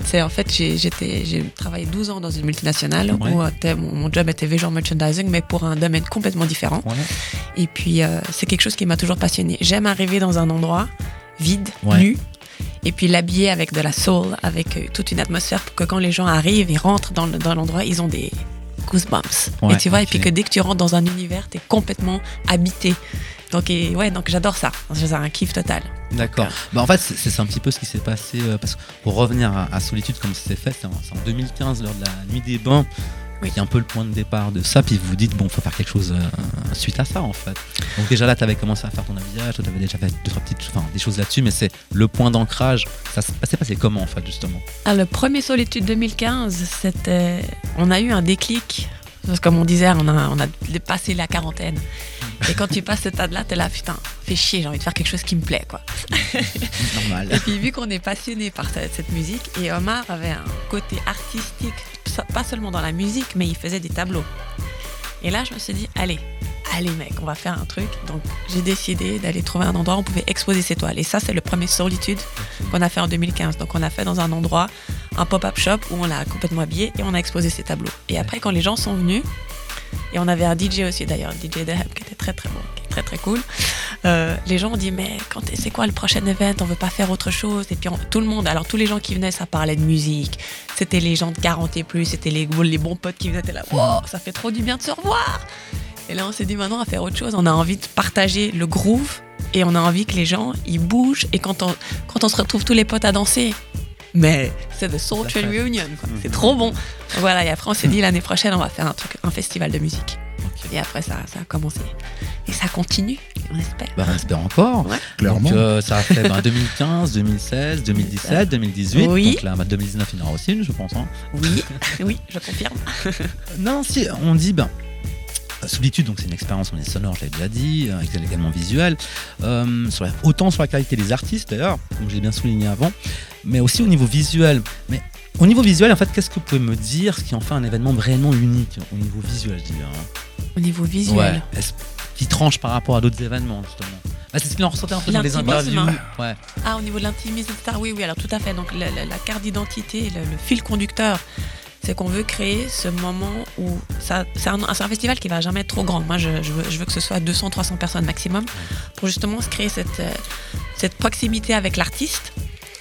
J'ai travaillé 12 ans dans une multinationale où mon job était visual merchandising, mais pour un domaine complètement différent. Ouais. Et puis, c'est quelque chose qui m'a toujours passionné. J'aime arriver dans un endroit vide, nu, et puis l'habiller avec de la soul, avec toute une atmosphère pour que quand les gens arrivent, ils rentrent dans l'endroit, ils ont des goosebumps. Et tu vois, et puis que dès que tu rentres dans un univers, t'es complètement habité. Donc j'adore ça. C'est un kiff total. D'accord. En fait, c'est un petit peu ce qui s'est passé. Parce que pour revenir à Solitude, comme c'est fait, c'est en 2015, lors de la Nuit des Bains, qui est un peu le point de départ de ça. Puis vous vous dites, faut faire quelque chose suite à ça, en fait. Donc déjà là, tu avais commencé à faire ton habillage, tu avais déjà fait des choses là-dessus, mais c'est le point d'ancrage. Ça s'est passé comment, en fait, justement? Le premier Solitude 2015, on a eu un déclic. Parce que comme on disait, on a dépassé la quarantaine. Et quand tu passes ce stade-là, t'es là, putain, fais chier, j'ai envie de faire quelque chose qui me plaît, quoi. Normal. Et puis vu qu'on est passionné par cette musique, et Omar avait un côté artistique, pas seulement dans la musique, mais il faisait des tableaux. Et là, je me suis dit, allez mec, on va faire un truc. Donc j'ai décidé d'aller trouver un endroit où on pouvait exposer ses toiles. Et ça, c'est le premier Solitude qu'on a fait en 2015. Donc on a fait dans un endroit, un pop-up shop où on l'a complètement habillé et on a exposé ses tableaux. Et après, quand les gens sont venus, et on avait un DJ aussi d'ailleurs, DJ Deheb, qui était très très bon, qui est très très cool. Les gens ont dit, mais c'est quoi le prochain event? On veut pas faire autre chose? Et puis tout le monde, alors tous les gens qui venaient, ça parlait de musique. C'était les gens de 40 et plus, c'était les bons potes qui venaient là. Wow, ça fait trop du bien de se revoir. Et là, on s'est dit maintenant, on va faire autre chose. On a envie de partager le groove et on a envie que les gens, ils bougent. Et quand on se retrouve tous les potes à danser, mais c'est The Soul Train Reunion, quoi. C'est trop bon. Voilà, et après, on s'est dit, l'année prochaine, on va faire un festival de musique. Okay. Et après, ça a commencé. Et ça continue, on espère. On espère encore. Ouais. Clairement. Donc, ça a fait 2015, 2016, 2017, 2018. Oui. Donc là, 2019, il y en aura aussi une, je pense. Hein. Oui, je confirme. Non, si, on dit, Solitude, donc c'est une expérience, on est sonore, je l'ai déjà dit, également visuelle, autant sur la qualité des artistes d'ailleurs, comme j'ai bien souligné avant, mais aussi au niveau visuel. Mais au niveau visuel, en fait, qu'est-ce que vous pouvez me dire, ce qui en fait un événement vraiment unique au niveau visuel, je dis bien. Au niveau visuel. Ouais. Qui tranche par rapport à d'autres événements, justement. C'est ce qu'il en ressortait un peu dans les interviews. Ouais. Au niveau de l'intimisme, etc. Oui, alors tout à fait. Donc la carte d'identité, le fil conducteur, c'est qu'on veut créer ce moment où c'est un festival qui va jamais être trop grand. Moi, je veux que ce soit 200-300 personnes maximum pour justement se créer cette proximité avec l'artiste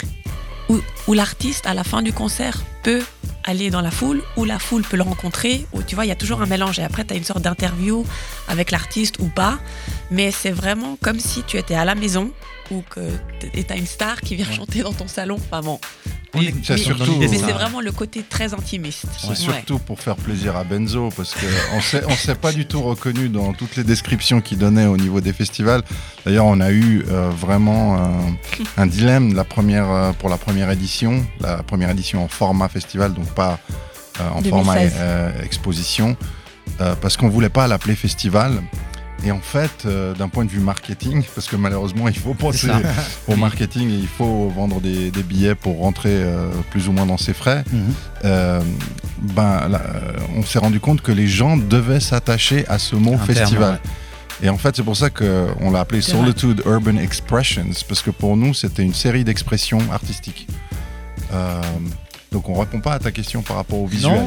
où l'artiste, à la fin du concert, peut aller dans la foule, ou la foule peut le rencontrer, ou tu vois, il y a toujours un mélange. Et après, tu as une sorte d'interview avec l'artiste ou pas, mais c'est vraiment comme si tu étais à la maison ou que tu as une star qui vient chanter dans ton salon. Enfin bon, Oui, c'est surtout. Mais c'est vraiment le côté très intimiste. C'est surtout pour faire plaisir à Benzo, parce qu'on s'est pas du tout reconnu dans toutes les descriptions qu'il donnait au niveau des festivals. D'ailleurs, on a eu vraiment un dilemme pour la première édition en format festival, donc pas en 2016. Format exposition, parce qu'on voulait pas l'appeler festival. Et en fait, d'un point de vue marketing, parce que malheureusement, il faut penser au marketing et il faut vendre des billets pour rentrer plus ou moins dans ses frais, on s'est rendu compte que les gens devaient s'attacher à ce mot festival. Et en fait, c'est pour ça qu'on l'a appelé Solitude Urban Expressions, parce que pour nous, c'était une série d'expressions artistiques. Donc on ne répond pas à ta question par rapport au visuel.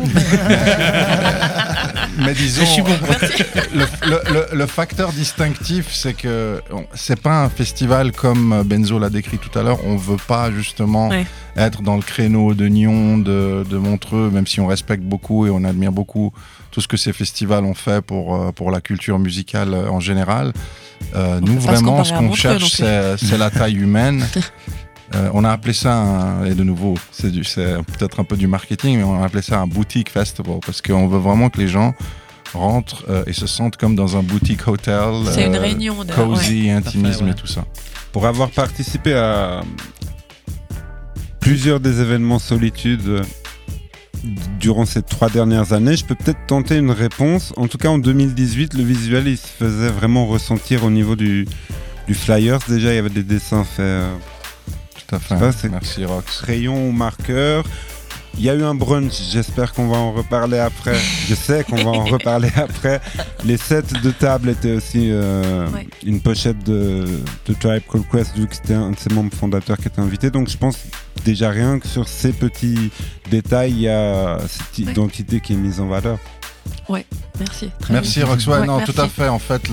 Mais disons, je suis bon. le facteur distinctif, c'est que c'est pas un festival comme Benzo l'a décrit tout à l'heure. On veut pas justement être dans le créneau de Nyon, de Montreux, même si on respecte beaucoup et on admire beaucoup tout ce que ces festivals ont fait pour la culture musicale en général. Nous vraiment, ce qu'on cherche, c'est la taille humaine. On a appelé ça, et de nouveau, c'est peut-être un peu du marketing, mais on a appelé ça un boutique festival, parce qu'on veut vraiment que les gens rentrent et se sentent comme dans un boutique hotel. C'est une réunion cozy, intimisme et tout ça. Pour avoir participé à plusieurs des événements Solitude durant ces 3 dernières années, je peux peut-être tenter une réponse. En tout cas, en 2018, le visuel, il se faisait vraiment ressentir au niveau du flyers. Déjà, il y avait des dessins faits... Merci Rox. Crayon ou marqueur. Il y a eu un brunch, j'espère qu'on va en reparler après. Je sais qu'on va en reparler après. Les sets de table étaient aussi une pochette de Tribe Called Quest, vu que c'était un de ses membres fondateurs qui était invité. Donc je pense déjà rien que sur ces petits détails, il y a cette identité qui est mise en valeur. Ouais, merci. Merci Rox. Tout à fait. En fait,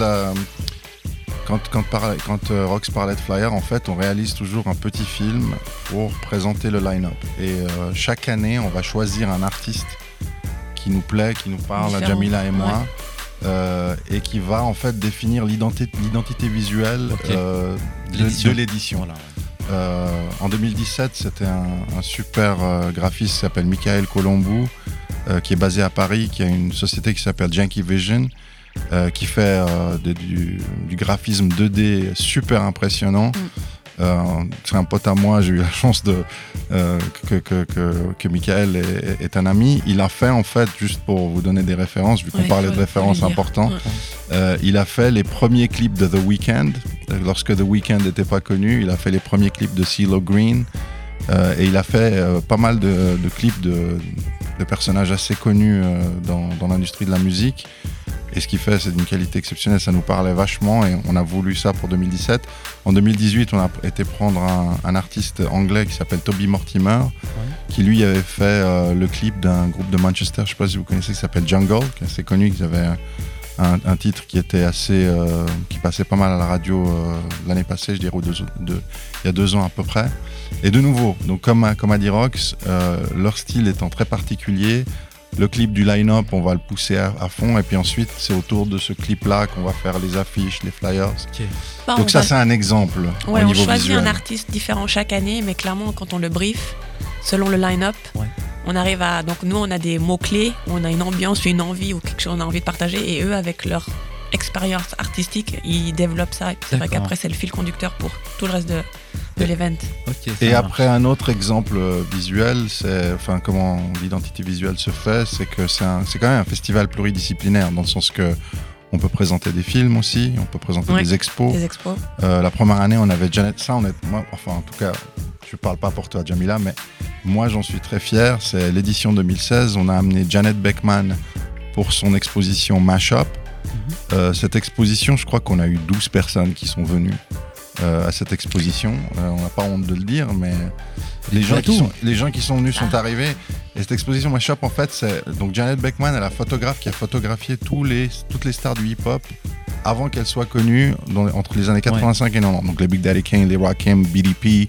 Quand Rox parlait de flyer, en fait, on réalise toujours un petit film pour présenter le line-up. Et chaque année, on va choisir un artiste qui nous plaît, qui nous parle, Jamila et moi, et qui va en fait définir l'identité visuelle de l'édition. Voilà. En 2017, c'était un super graphiste qui s'appelle Michael Colombou, qui est basé à Paris, qui a une société qui s'appelle Janky Vision. Qui fait du graphisme 2D super impressionnant. C'est un pote à moi, j'ai eu la chance que Michael est un ami. Il a fait en fait, juste pour vous donner des références, vu qu'on parlait de références importantes, il a fait les premiers clips de The Weeknd. Lorsque The Weeknd n'était pas connu, il a fait les premiers clips de CeeLo Green. Et il a fait pas mal de clips de personnages assez connus dans l'industrie de la musique. Et ce qu'il fait, c'est d'une qualité exceptionnelle, ça nous parlait vachement et on a voulu ça pour 2017. En 2018, on a été prendre un artiste anglais qui s'appelle Toby Mortimer, qui lui avait fait le clip d'un groupe de Manchester, je ne sais pas si vous connaissez, qui s'appelle Jungle, qui est assez connu, qui avait un titre qui était assez, qui passait pas mal à la radio l'année passée, je dirais, il y a 2 ans à peu près. Et de nouveau, donc comme a dit Rox, leur style étant très particulier, le clip du line-up, on va le pousser à fond, et puis ensuite, c'est autour de ce clip-là qu'on va faire les affiches, les flyers. Donc ça, c'est un exemple au niveau visuel. On choisit un artiste différent chaque année, mais clairement, quand on le brief, selon le line-up, on arrive à... Donc nous, on a des mots-clés, on a une ambiance, une envie ou quelque chose qu'on a envie de partager, et eux, avec leur expérience artistique, ils développent ça. Et c'est vrai qu'après, c'est le fil conducteur pour tout le reste de l'event. Et après, un autre exemple visuel, comment l'identité visuelle se fait, c'est que c'est quand même un festival pluridisciplinaire, dans le sens que on peut présenter des films aussi, on peut présenter des expos. La première année, on avait Janet, en tout cas, je ne parle pas pour toi, Jamila, mais moi, j'en suis très fier. C'est l'édition 2016, on a amené Janet Beckman pour son exposition Mashup. Cette exposition, je crois qu'on a eu 12 personnes qui sont venues à cette exposition. On n'a pas honte de le dire, mais les gens qui sont venus sont arrivés. Et cette exposition Mashup, en fait, c'est donc Janet Beckman, elle est la photographe qui a photographié toutes les stars du hip-hop avant qu'elles soient connues entre les années 85 et 90. Donc les Big Daddy Kane, les Rakim, BDP,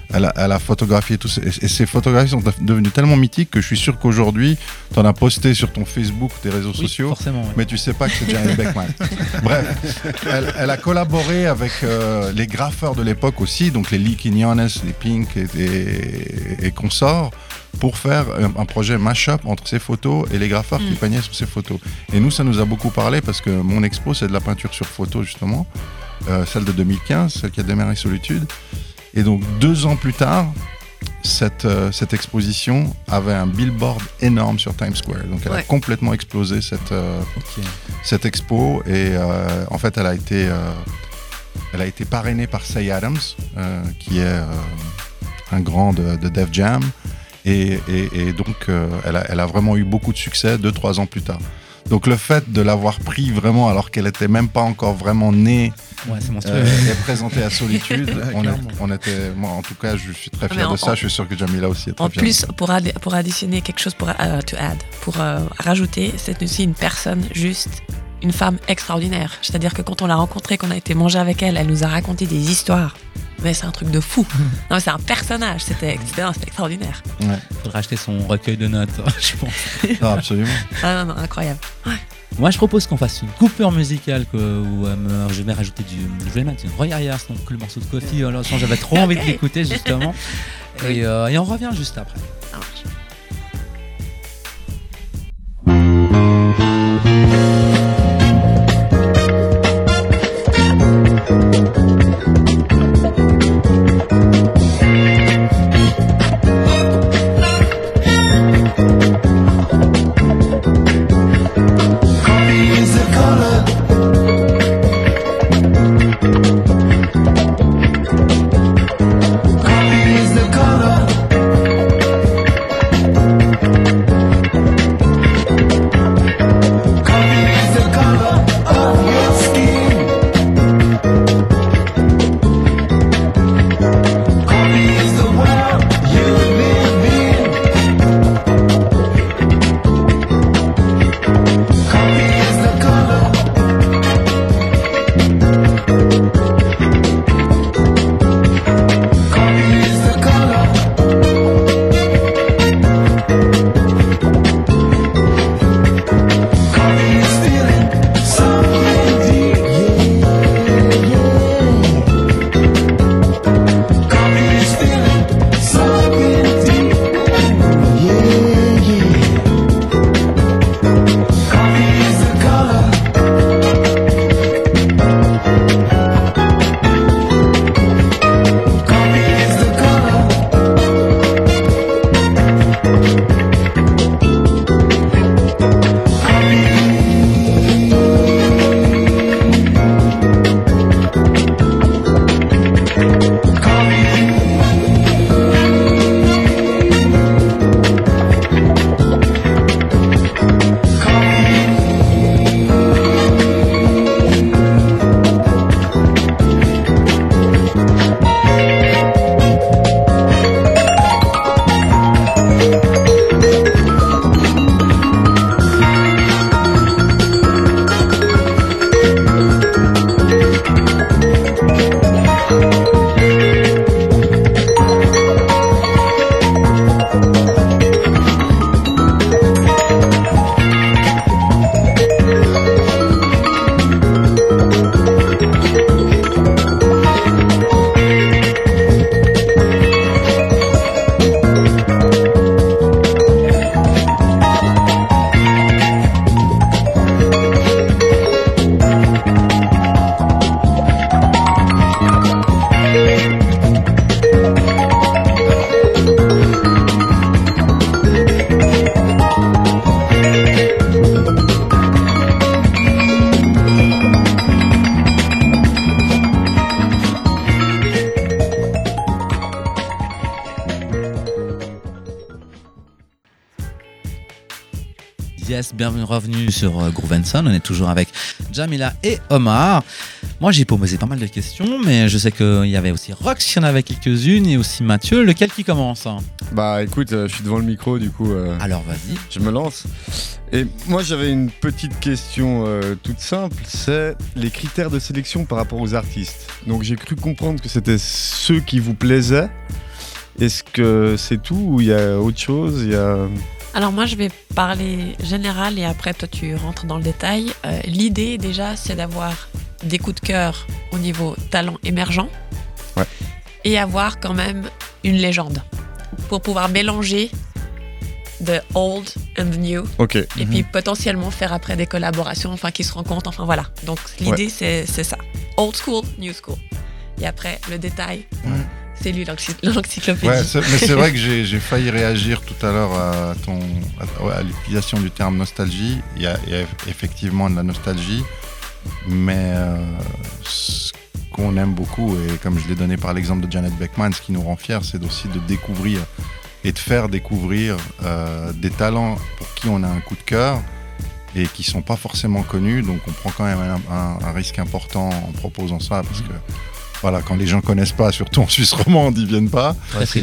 Elle a photographié tout ça. Et ces photographies sont devenues tellement mythiques que je suis sûr qu'aujourd'hui, tu en as posté sur ton Facebook, tes réseaux sociaux, forcément, mais tu sais pas que c'est Jamie Beckman. Bref, elle a collaboré avec les graffeurs de l'époque aussi, donc les Lee Quinones, les Pink et consorts, pour faire un projet mash-up entre ses photos et les graffeurs qui peignaient sur ses photos. Et nous, ça nous a beaucoup parlé parce que mon expo, c'est de la peinture sur photo, justement, celle de 2015, celle qui a démarré Solitude. Et donc 2 ans plus tard, cette exposition avait un billboard énorme sur Times Square. Donc elle a complètement explosé cette expo. Et en fait, elle a été parrainée par Say Adams, qui est un grand de Def Jam. Et donc elle a vraiment eu beaucoup de succès 2-3 ans plus tard. Donc le fait de l'avoir pris vraiment alors qu'elle n'était même pas encore vraiment née et présentée à Solitude, moi en tout cas je suis très fier de ça, je suis sûr que Jamila aussi est très fière. En plus, pour additionner quelque chose, pour rajouter, c'est aussi une personne juste, une femme extraordinaire. C'est-à-dire que quand on l'a rencontrée, qu'on a été manger avec elle, elle nous a raconté des histoires. Mais c'est un truc de fou. Non, mais c'est un personnage, c'était extraordinaire. Ouais. Faudrait acheter son recueil de notes, je pense. Ah, absolument. Ah non, incroyable. Ouais. Moi, je propose qu'on fasse une coupure musicale où je vais rajouter je vais mettre une Roy Ayers, donc le morceau de Coffee. J'avais trop envie de l'écouter justement. Et on revient juste après. Yes, bienvenue sur Groove & Sound. On est toujours avec Jamila et Omar. Moi, j'ai posé pas mal de questions, mais je sais qu'il y avait aussi Rox qui en avait quelques-unes et aussi Mathieu. Lequel qui commence? Bah écoute, je suis devant le micro, du coup. Alors vas-y. Je me lance. Et moi, j'avais une petite question toute simple. C'est les critères de sélection par rapport aux artistes. Donc j'ai cru comprendre que c'était ceux qui vous plaisaient. Est-ce que c'est tout ou il y a autre chose? Alors moi je vais parler général et après toi tu rentres dans le détail. L'idée déjà c'est d'avoir des coups de cœur au niveau talent émergent et avoir quand même une légende pour pouvoir mélanger the old and the new et puis potentiellement faire après des collaborations qui se rencontrent, enfin voilà. Donc l'idée c'est ça, old school, new school et après le détail c'est lui l'encyclopédie. Mais c'est vrai que j'ai failli réagir tout à l'heure à l'utilisation du terme nostalgie. Il y a effectivement de la nostalgie, mais ce qu'on aime beaucoup, et comme je l'ai donné par l'exemple de Janet Beckman, ce qui nous rend fiers, c'est aussi de découvrir et de faire découvrir des talents pour qui on a un coup de cœur et qui ne sont pas forcément connus. Donc on prend quand même un risque important en proposant ça, parce que voilà, quand les gens connaissent pas, surtout en Suisse romande, ils viennent pas.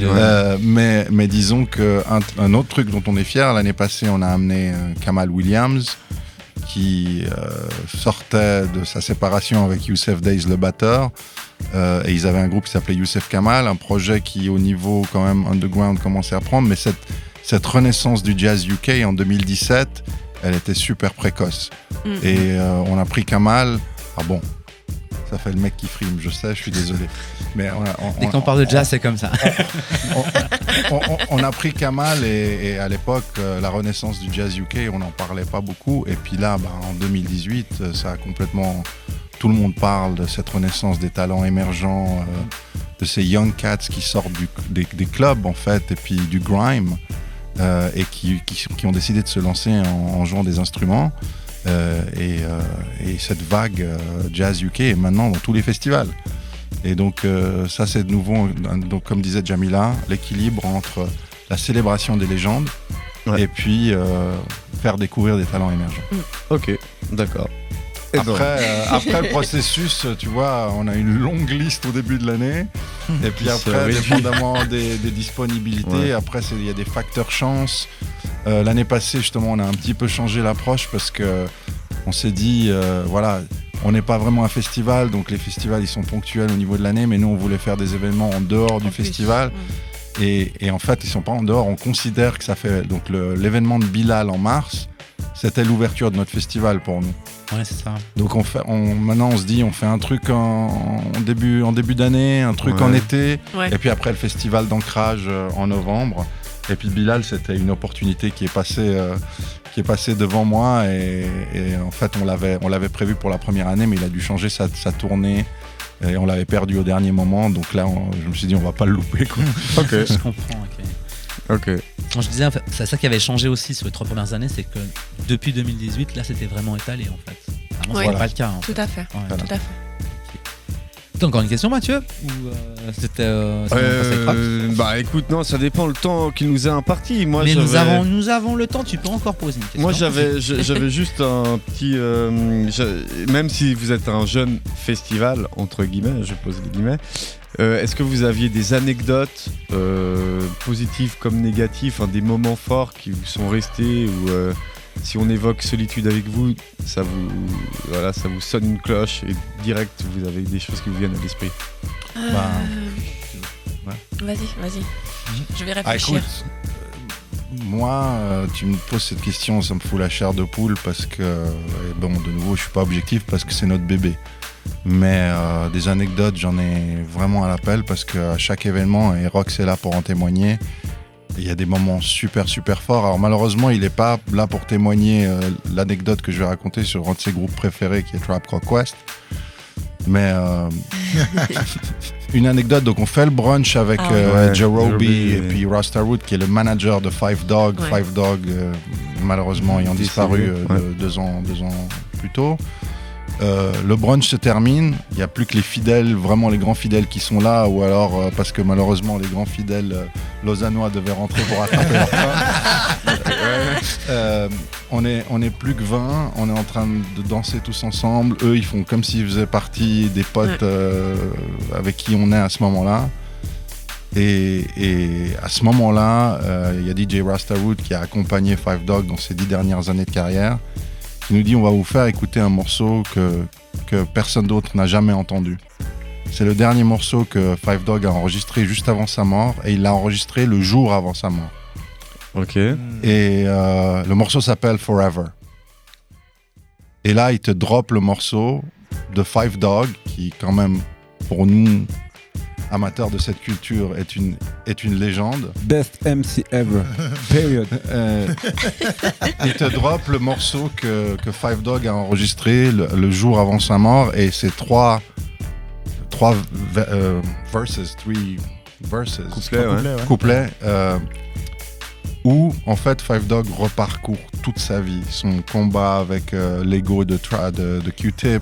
Mais disons qu'un autre truc dont on est fier, l'année passée, on a amené Kamal Williams, qui sortait de sa séparation avec Youssef Days, le batteur. Et ils avaient un groupe qui s'appelait Youssef Kamal, un projet qui, au niveau quand même underground, commençait à prendre. Mais cette renaissance du jazz UK en 2017, elle était super précoce. Et on a pris Kamal. Ah bon, ça fait le mec qui frime, je sais, je suis désolé. Mais dès qu'on parle de jazz, c'est comme ça. On a pris Kamal et à l'époque, la renaissance du jazz UK, on n'en parlait pas beaucoup. Et puis là, en 2018, ça a complètement... Tout le monde parle de cette renaissance des talents émergents, de ces young cats qui sortent des clubs, en fait, et puis du grime, et qui ont décidé de se lancer en jouant des instruments. Et cette vague jazz UK est maintenant dans tous les festivals. Et donc ça c'est de nouveau, donc, comme disait Jamila, l'équilibre entre la célébration des légendes et puis faire découvrir des talents émergents. Ok, d'accord. Après le processus, tu vois, on a une longue liste au début de l'année. Et puis après, dépendamment des disponibilités, après il y a des facteurs chance. L'année passée, justement, on a un petit peu changé l'approche parce qu'on s'est dit, voilà, on n'est pas vraiment un festival, donc les festivals ils sont ponctuels au niveau de l'année, mais nous on voulait faire des événements en dehors du festival. Et en fait, ils sont pas en dehors. On considère que ça fait donc l'événement de Bilal en mars, c'était l'ouverture de notre festival pour nous. Ouais, c'est ça. Donc maintenant on se dit, on fait un truc en début d'année, un truc en été, et puis après le festival d'ancrage en novembre. Et puis Bilal, c'était une opportunité qui est passée devant moi et en fait on l'avait prévu pour la première année, mais il a dû changer sa tournée et on l'avait perdu au dernier moment. Donc là, je me suis dit on va pas le louper, quoi. Ok. Je comprends. Ok. Quand je disais, en fait, c'est ça qui avait changé aussi sur les 3 premières années, c'est que depuis 2018, là, c'était vraiment étalé en fait. Avant, c'était pas le cas. Tout à fait. Tout à fait. T'as encore une question, Mathieu? Ou c'était bah écoute, non, ça dépend le temps qu'il nous a imparti. Moi, mais nous avons le temps, tu peux encore poser une question. Moi j'avais juste un petit... même si vous êtes un jeune festival, entre guillemets, je pose les guillemets, est-ce que vous aviez des anecdotes positives comme négatives, des moments forts qui vous sont restés ou si on évoque Solitude avec vous, ça vous sonne une cloche et direct vous avez des choses qui vous viennent à l'esprit? Vas-y. Je vais réfléchir. Écoute, moi, tu me poses cette question, ça me fout la chair de poule parce que, de nouveau, je suis pas objectif parce que c'est notre bébé. Mais des anecdotes, j'en ai vraiment à l'appel parce qu'à chaque événement, et Rox est là pour en témoigner, il y a des moments super forts. Alors malheureusement, il n'est pas là pour témoigner l'anecdote que je vais raconter sur un de ses groupes préférés qui est Tribe Called Quest. Mais une anecdote, donc on fait le brunch avec Joe Roby et puis Rasta Root qui est le manager de Five Dog. Five Dog, malheureusement, ayant disparu 2 ans plus tôt. Le brunch se termine, il n'y a plus que les fidèles, vraiment les grands fidèles qui sont là, ou alors parce que malheureusement les grands fidèles lausannois devaient rentrer pour attraper leur pain. On est plus que 20, on est en train de danser tous ensemble. Eux, ils font comme s'ils faisaient partie des potes avec qui on est à ce moment-là. Et à ce moment-là, il y a DJ Rasta Root qui a accompagné Five Dog dans ses 10 dernières années de carrière, qui nous dit on va vous faire écouter un morceau que personne d'autre n'a jamais entendu. C'est le dernier morceau que Five Dog a enregistré juste avant sa mort et il l'a enregistré le jour avant sa mort. Ok. Et le morceau s'appelle Forever. Et là, il te drop le morceau de Five Dog qui, quand même, pour nous, amateurs de cette culture, est une légende. Best MC ever. Period. Il te drop le morceau que Five Dog a enregistré le jour avant sa mort et c'est trois couplets, où en fait Five Dog reparcourt toute sa vie, son combat avec l'ego de Q-Tip,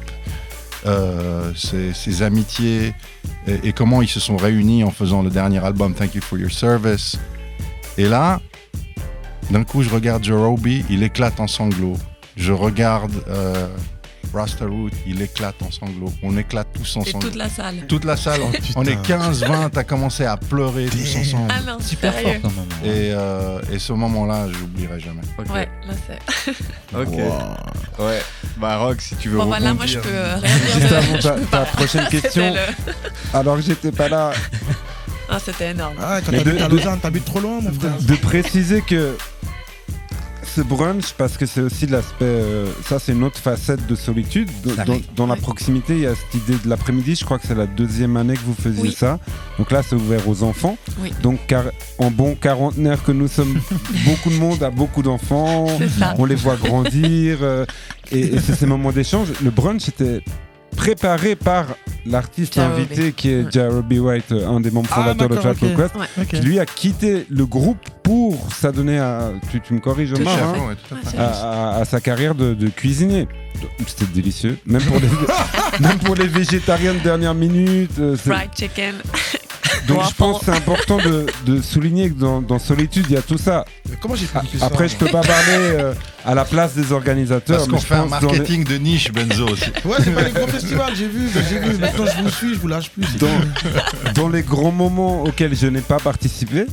ses amitiés et comment ils se sont réunis en faisant le dernier album Thank You For Your Service. Et là, d'un coup, je regarde Joe Roby, il éclate en sanglots. Je regarde Rasta Root, il éclate en sanglots. On éclate tous en sanglots. Et toute la salle. Toute la salle. On est 15-20, t'as commencé à pleurer tous ensemble. Ah non, super fort comme moment. Et ce moment-là, je l'oublierai jamais. Okay. Ouais, là c'est. Ok. Wow. Ouais. Bah Rock, si tu veux bon, rebondir. Voilà, moi je peux rien dire. Juste avant ta prochaine question, alors que j'étais pas là. Ah, c'était énorme. Ah, quand t'habites à Lausanne, t'habites trop loin, mon frère. De préciser que ce brunch, parce que c'est aussi l'aspect, ça c'est une autre facette de solitude. Dans la proximité, il y a cette idée de l'après-midi, je crois que c'est la 2e année que vous faisiez ça. Donc là, c'est ouvert aux enfants. Oui. Donc en bon quarantenaire que nous sommes, beaucoup de monde a beaucoup d'enfants, on les voit grandir, et c'est ces moments d'échange. Le brunch était préparé par l'artiste invité qui est Jarobi White, un des membres fondateurs de Tribe Called Quest, qui lui a quitté le groupe pour s'adonner à, tu me corriges Omar, à sa carrière de cuisinier. C'était délicieux, même pour les végétariens de dernière minute. Fried chicken. Donc je pense que c'est important de souligner que dans Solitude, il y a tout ça. Mais comment j'ai fait ça? Après, je peux pas parler à la place des organisateurs. Parce qu'on fait un marketing de niche, Benzo aussi. Ouais, c'est pas les gros festivals, j'ai vu. Maintenant, je vous suis, je vous lâche plus. Dans les grands moments auxquels je n'ai pas participé,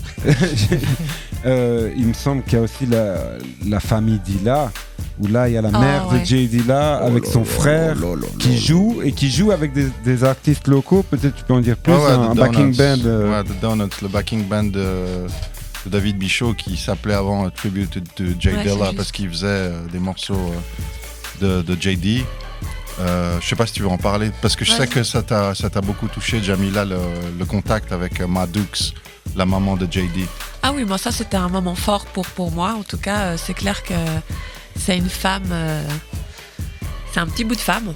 il me semble qu'il y a aussi la famille Dilla, où là, il y a la mère de Jay Dilla avec son frère qui joue avec des artistes locaux. Peut-être tu peux en dire plus, un backing band. Ouais, The Donuts, le backing band de David Bichot qui s'appelait avant Tribute to Jay Dilla parce qu'il faisait des morceaux de JD. Je sais pas si tu veux en parler parce que je sais que ça t'a beaucoup touché, Jamila, le contact avec Madux, la maman de JD. Ah oui, moi ça c'était un moment fort pour moi. En tout cas, c'est clair que c'est une femme, c'est un petit bout de femme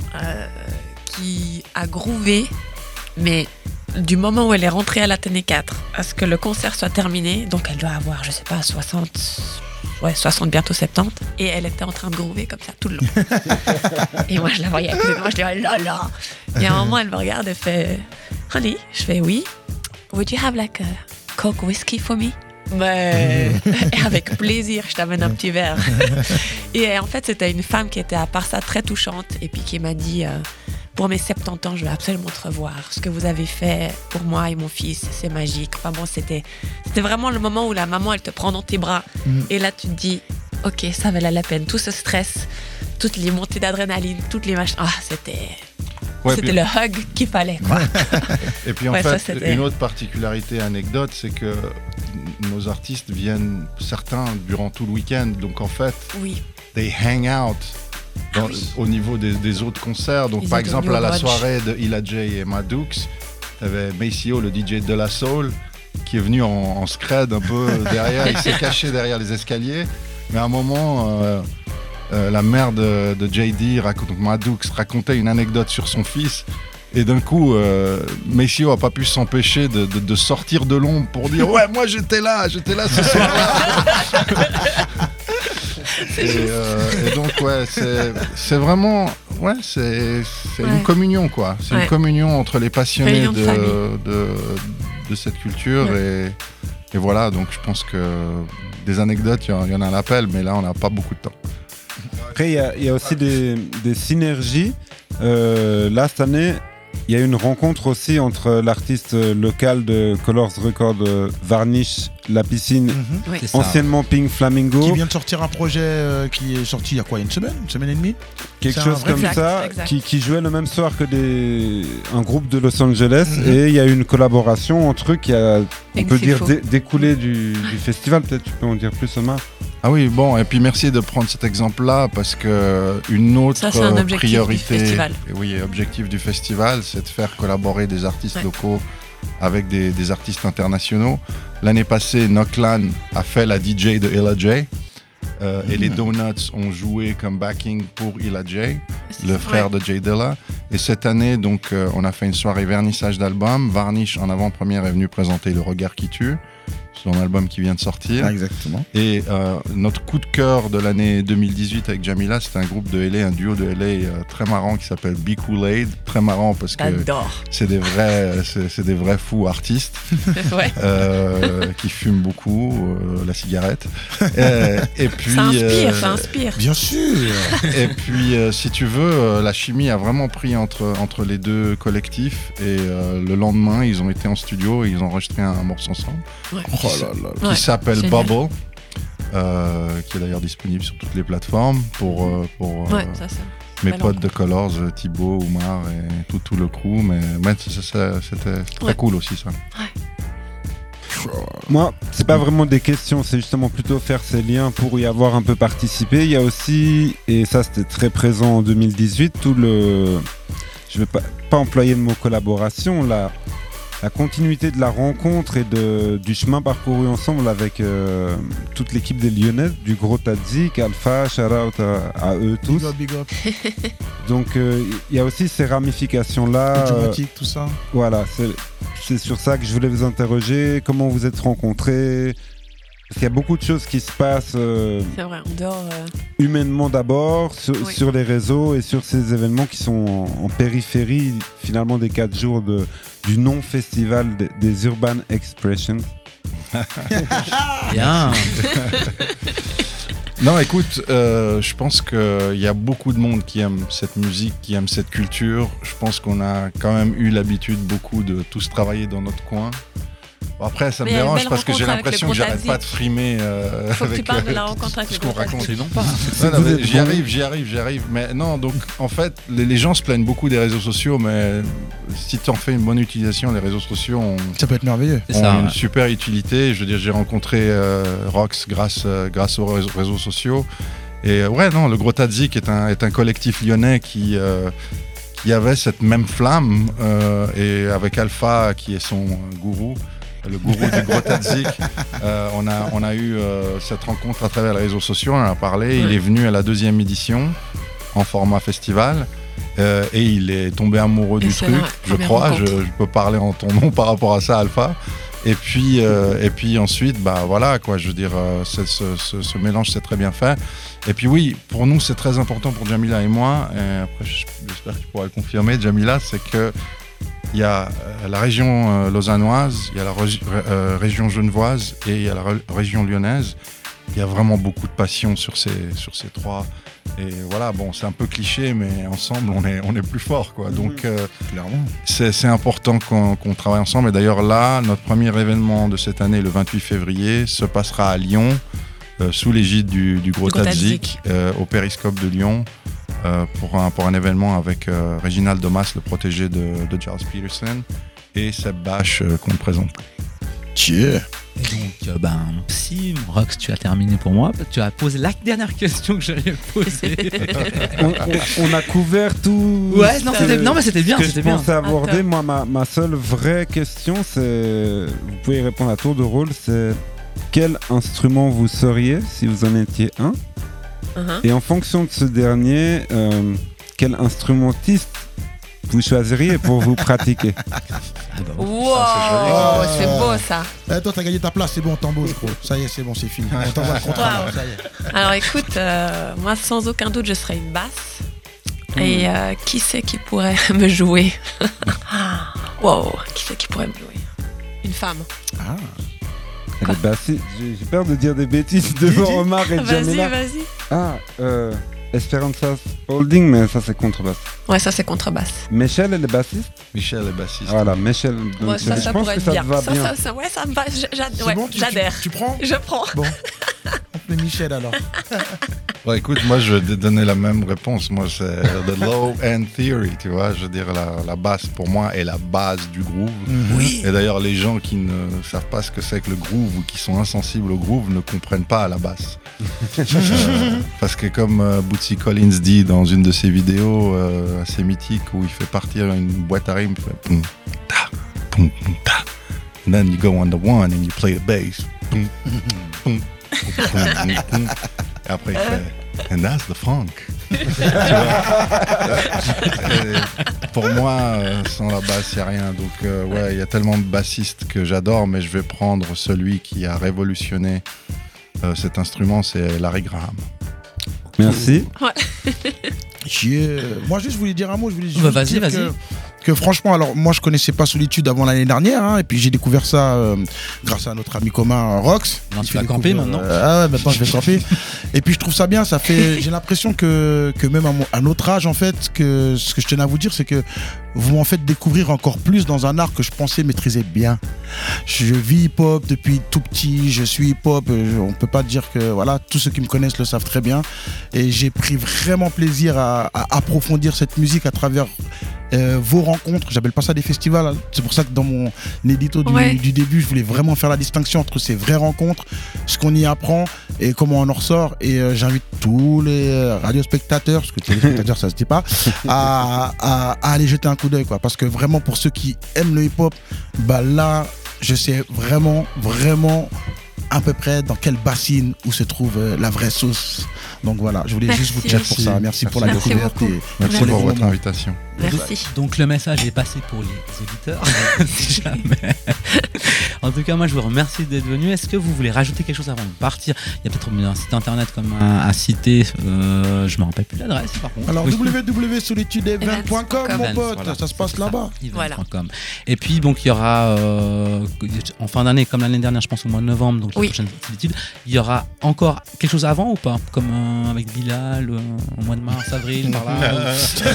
qui a groové, mais du moment où elle est rentrée à l'Athénée 4 à ce que le concert soit terminé, donc elle doit avoir, je sais pas, 60, bientôt 70, et elle était en train de groover comme ça tout le long. Et moi je la voyais à côté de moi, je dis oh là là. Et à un moment elle me regarde et fait honey, je fais oui, would you have like a Coke whiskey for me? Mais avec plaisir, je t'amène un petit verre. Et en fait, c'était une femme qui était à part ça très touchante et puis qui m'a dit pour mes 70 ans, je vais absolument te revoir. Ce que vous avez fait pour moi et mon fils, c'est magique. Enfin bon, c'était vraiment le moment où la maman, elle te prend dans tes bras. Et là, tu te dis, ok, ça valait la peine. Tout ce stress, toutes les montées d'adrénaline, toutes les machins. Ah, c'était le hug qu'il fallait, quoi. Et puis en fait, une autre particularité, anecdote, c'est que nos artistes viennent, certains, durant tout le week-end. Donc en fait, they hang out au niveau des autres concerts. Donc par exemple, à la soirée de Illa J et Madux, t'avais Maceo, le DJ de la Soul, qui est venu en scred un peu derrière. Il s'est caché derrière les escaliers. Mais à un moment... la mère de JD, Madux, racontait une anecdote sur son fils. Et d'un coup, Maceo n'a pas pu s'empêcher de sortir de l'ombre pour dire « Ouais, moi j'étais là ce soir-là !» et donc, ouais, c'est vraiment... Ouais, c'est une communion, quoi. C'est une communion entre les passionnés de cette culture. Et voilà, donc je pense que des anecdotes, il y en a à l'appel, mais là, on n'a pas beaucoup de temps. Après, il y a aussi des synergies. Là, cette année, il y a eu une rencontre aussi entre l'artiste local de Colors Records, Varnish, la piscine, Oui. anciennement Pink Flamingo. Qui vient de sortir un projet qui est sorti il y a quoi, une semaine et demie? Quelque chose comme ça, exact. qui jouait le même soir que un groupe de Los Angeles. Et il y a eu une collaboration entre eux qui a, on peut dire, découlé du festival. Peut-être tu peux en dire plus, Omar. Ah oui, bon, et puis merci de prendre cet exemple-là parce que une autre priorité, objectif du festival, c'est de faire collaborer des artistes locaux avec des artistes internationaux. L'année passée, Noclan a fait la DJ de Illa J. Et les Donuts ont joué comme backing pour Illa J, le frère de Jay Dilla. Et cette année, donc, on a fait une soirée vernissage d'album. Varnish, en avant-première, est venu présenter Le Regard qui tue, son album qui vient de sortir. Ah, exactement. Et notre coup de cœur de l'année 2018 avec Jamila, c'était un groupe de LA, un duo de LA très marrant qui s'appelle Be Kool-Aid. Très marrant parce que c'est des vrais fous artistes qui fument beaucoup la cigarette. Et puis, ça inspire. Bien sûr. Et puis, si tu veux, la chimie a vraiment pris entre les deux collectifs. Et le lendemain, ils ont été en studio et ils ont enregistré un morceau ensemble. Ouais. Qui s'appelle Bubble, qui est d'ailleurs disponible sur toutes les plateformes pour mes potes de Colors, Thibaut, Oumar et tout le crew. Mais c'était très cool aussi ça. Moi, c'est pas vraiment des questions, c'est justement plutôt faire ces liens pour y avoir un peu participé. Il y a aussi, et ça c'était très présent en 2018, je vais pas employer le mot collaboration, la continuité de la rencontre et du chemin parcouru ensemble avec toute l'équipe des Lyonnais, du Gros Tadzik, Alpha, shout-out à eux tous. Big up. Donc il y a aussi ces ramifications-là. Tout ça. Voilà, c'est sur ça que je voulais vous interroger. Comment vous êtes rencontrés? Parce qu'il y a beaucoup de choses qui se passent c'est vrai, en dehors, humainement d'abord, sur les réseaux et sur ces événements qui sont en périphérie finalement des 4 jours du non-festival des Urban Expressions. Bien. Non, écoute, je pense qu'il y a beaucoup de monde qui aime cette musique, qui aime cette culture. Je pense qu'on a quand même eu l'habitude beaucoup de tous travailler dans notre coin. Bon, après, ça me dérange parce que j'ai l'impression que j'arrête pas de frimer. Faut que tu parles de la rencontre avec ce le qu'on Gros raconte. Non pas. J'y arrive. Mais non, donc en fait, les gens se plaignent beaucoup des réseaux sociaux, mais si tu en fais une bonne utilisation, les réseaux sociaux ça peut être merveilleux. Ont une super utilité. Je veux dire, j'ai rencontré Rox grâce aux réseaux sociaux. Et le Gros Tadzik est un collectif lyonnais qui avait cette même flamme et avec Alpha qui est son gourou. Le gourou du Gros Tadzik. On a eu cette rencontre à travers les réseaux sociaux, on en a parlé. Il est venu à la 2e édition en format festival et il est tombé amoureux du truc, je crois. Je peux parler en ton nom par rapport à ça, Alpha. Et puis ensuite, je veux dire, ce mélange s'est très bien fait. Et puis oui, pour nous, c'est très important pour Jamila et moi. Et après, j'espère que tu pourras le confirmer, Jamila, c'est que il y a la région lausannoise, il y a la région genevoise et il y a la région lyonnaise. Il y a vraiment beaucoup de passion sur ces 3. Et voilà, bon, c'est un peu cliché, mais ensemble, on est plus fort, quoi. Donc, clairement, c'est important qu'on travaille ensemble. Et d'ailleurs, là, notre premier événement de cette année, le 28 février, se passera à Lyon, sous l'égide du Gros Tadzik, au Périscope de Lyon. Pour un événement avec Réginald Domas, le protégé de Charles Peterson, et Seb Bache qu'on présente. Tiens. Et donc, si Rox, tu as terminé pour moi, tu as posé la dernière question que j'allais poser. on a couvert tout. Ouais, non, mais c'était bien. Je pensais aborder. Moi, ma seule vraie question, c'est, vous pouvez répondre à tour de rôle, c'est quel instrument vous seriez si vous en étiez un? Et en fonction de ce dernier, quel instrumentiste vous choisiriez pour vous pratiquer? Wow, c'est beau ça. Toi, t'as gagné ta place, c'est bon, t'embauches, gros. Ça y est, c'est bon, c'est fini. On t'envoie le contrat. Ça y est. Alors écoute, moi, sans aucun doute, je serais une basse. Et qui c'est qui pourrait me jouer? Wow, qui c'est qui pourrait me jouer? Une femme. Ah. J'ai peur de dire des bêtises devant Omar et Jamila. Vas-y. Ah, Esperanza Spalding, mais ça c'est contrebasse. Ouais, ça c'est contrebasse. Michel, elle est bassiste. Michel est bassiste. Voilà, Michel. Donc, Ouais, ça je pense pourrait que être ça bien. te va bien. Ouais, ça me va. C'est Ouais, bon, j'adhère. tu prends? Je prends. Bon, on te met Michel alors. Bon, écoute, moi je vais te donner la même réponse. Moi c'est The Low End Theory, tu vois. Je veux dire, la basse pour moi est la base du groove. Oui. Et d'ailleurs, les gens qui ne savent pas ce que c'est que le groove ou qui sont insensibles au groove ne comprennent pas à la basse. Parce que comme Bootsy Collins dit dans une de ses vidéos assez mythiques où il fait partir une boîte à rimes, il fait poum, ta, poum, ta. And then you go on the one and you play the bass. Poum, poum, poum, poum, poum. Et après il fait and that's the funk. Pour moi, sans la basse, il n'y a rien. Donc ouais, il y a tellement de bassistes que j'adore, mais je vais prendre celui qui a révolutionné cet instrument, c'est Larry Graham. Merci. Ouais. Moi, juste, je voulais dire un mot. Je voulais juste Vas-y, dire vas-y. que franchement, alors moi, je connaissais pas Solitude avant l'année dernière, hein, et puis j'ai découvert ça grâce à notre ami commun Rox. Non, tu vas camper maintenant. Ah ouais, maintenant je vais camper. Et puis je trouve ça bien. Ça fait. J'ai l'impression que même à notre âge, en fait, que ce que je tenais à vous dire, c'est que vous m'en faites découvrir encore plus dans un art que je pensais maîtriser bien. Je vis hip-hop depuis tout petit, je suis hip-hop, on peut pas dire que voilà, tous ceux qui me connaissent le savent très bien. Et j'ai pris vraiment plaisir à approfondir cette musique à travers vos rencontres. J'appelle pas ça des festivals, hein. C'est pour ça que dans mon édito du début, je voulais vraiment faire la distinction entre ces vraies rencontres, ce qu'on y apprend et comment on en ressort. Et j'invite tous les radiospectateurs, parce que téléspectateurs ça se dit pas, à aller jeter un coup d'œil, quoi. Parce que vraiment, pour ceux qui aiment le hip-hop, bah là, je sais vraiment à peu près dans quelle bassine où se trouve la vraie sauce. Donc voilà, je voulais juste vous dire pour ça. Merci pour la découverte et merci pour votre invitation. Merci. Donc le message est passé pour les auditeurs, si jamais. En tout cas, moi je vous remercie d'être venu. Est-ce que vous voulez rajouter quelque chose avant de partir? Il y a peut-être un site internet comme à citer, je me rappelle plus l'adresse par contre. Alors www.solitudeevent.com mon pote, voilà, ça se passe là-bas. Voilà. Et puis donc il y aura en fin d'année comme l'année dernière, je pense au mois de novembre, donc la prochaine Solitude, il y aura encore quelque chose avant ou pas, comme avec Bilal au mois de mars, avril, par là.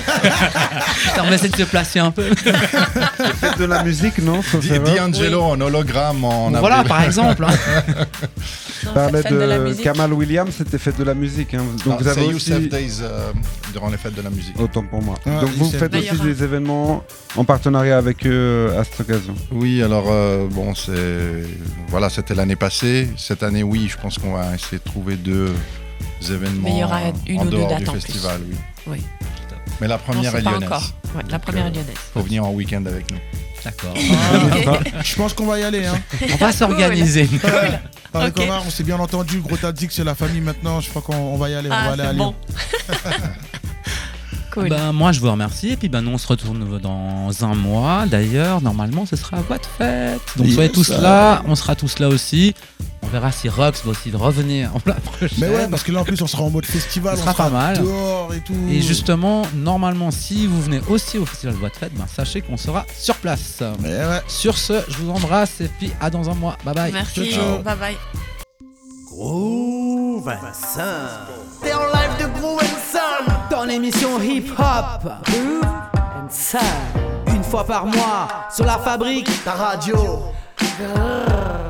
On va essayer de se placer un peu. Faites de la musique, non? D'Angelo en hologramme en avril. Voilà, par exemple. Parlait de Kamal Williams, c'était fête de la musique. Hein. Donc vous avez aussi Youssef Days durant les fêtes de la musique. Autant pour moi. Ah, donc vous faites aussi des événements en partenariat avec eux à cette occasion. Oui, alors bon, c'était l'année passée. Cette année, oui, je pense qu'on va essayer de trouver 2 événements. Mais il y aura une en ou 2 dehors dates du en festival, plus. Oui. Mais la première est pas lyonnaise. encore. Ouais, la première est lyonnaise. Faut venir en week-end avec nous. D'accord. Je pense qu'on va y aller. Hein. On va s'organiser. Avec Omar, on s'est bien entendu. Gros Tadzik, c'est la famille maintenant. Je crois qu'on va y aller. On va aller à Lyon. Cool. Ben, moi je vous remercie et puis nous on se retrouve dans un mois. D'ailleurs normalement ce sera à votre fête, donc soyez tous là, on sera tous là aussi. On verra si Rox va aussi revenir en la prochaine. Mais ouais, parce que là en plus on sera en mode festival, on sera pas mal dehors et tout. Et justement normalement si vous venez aussi au festival Boîte Fête, sachez qu'on sera sur place. Ouais. Sur ce, je vous embrasse et puis à dans un mois. Bye bye. Merci. Ciao. Bye bye. Groove and Sound. T'es en live de Groove and Sound. Dans l'émission Hip Hop, Groove and Sound. Une fois par mois, sur la fabrique. Ta radio.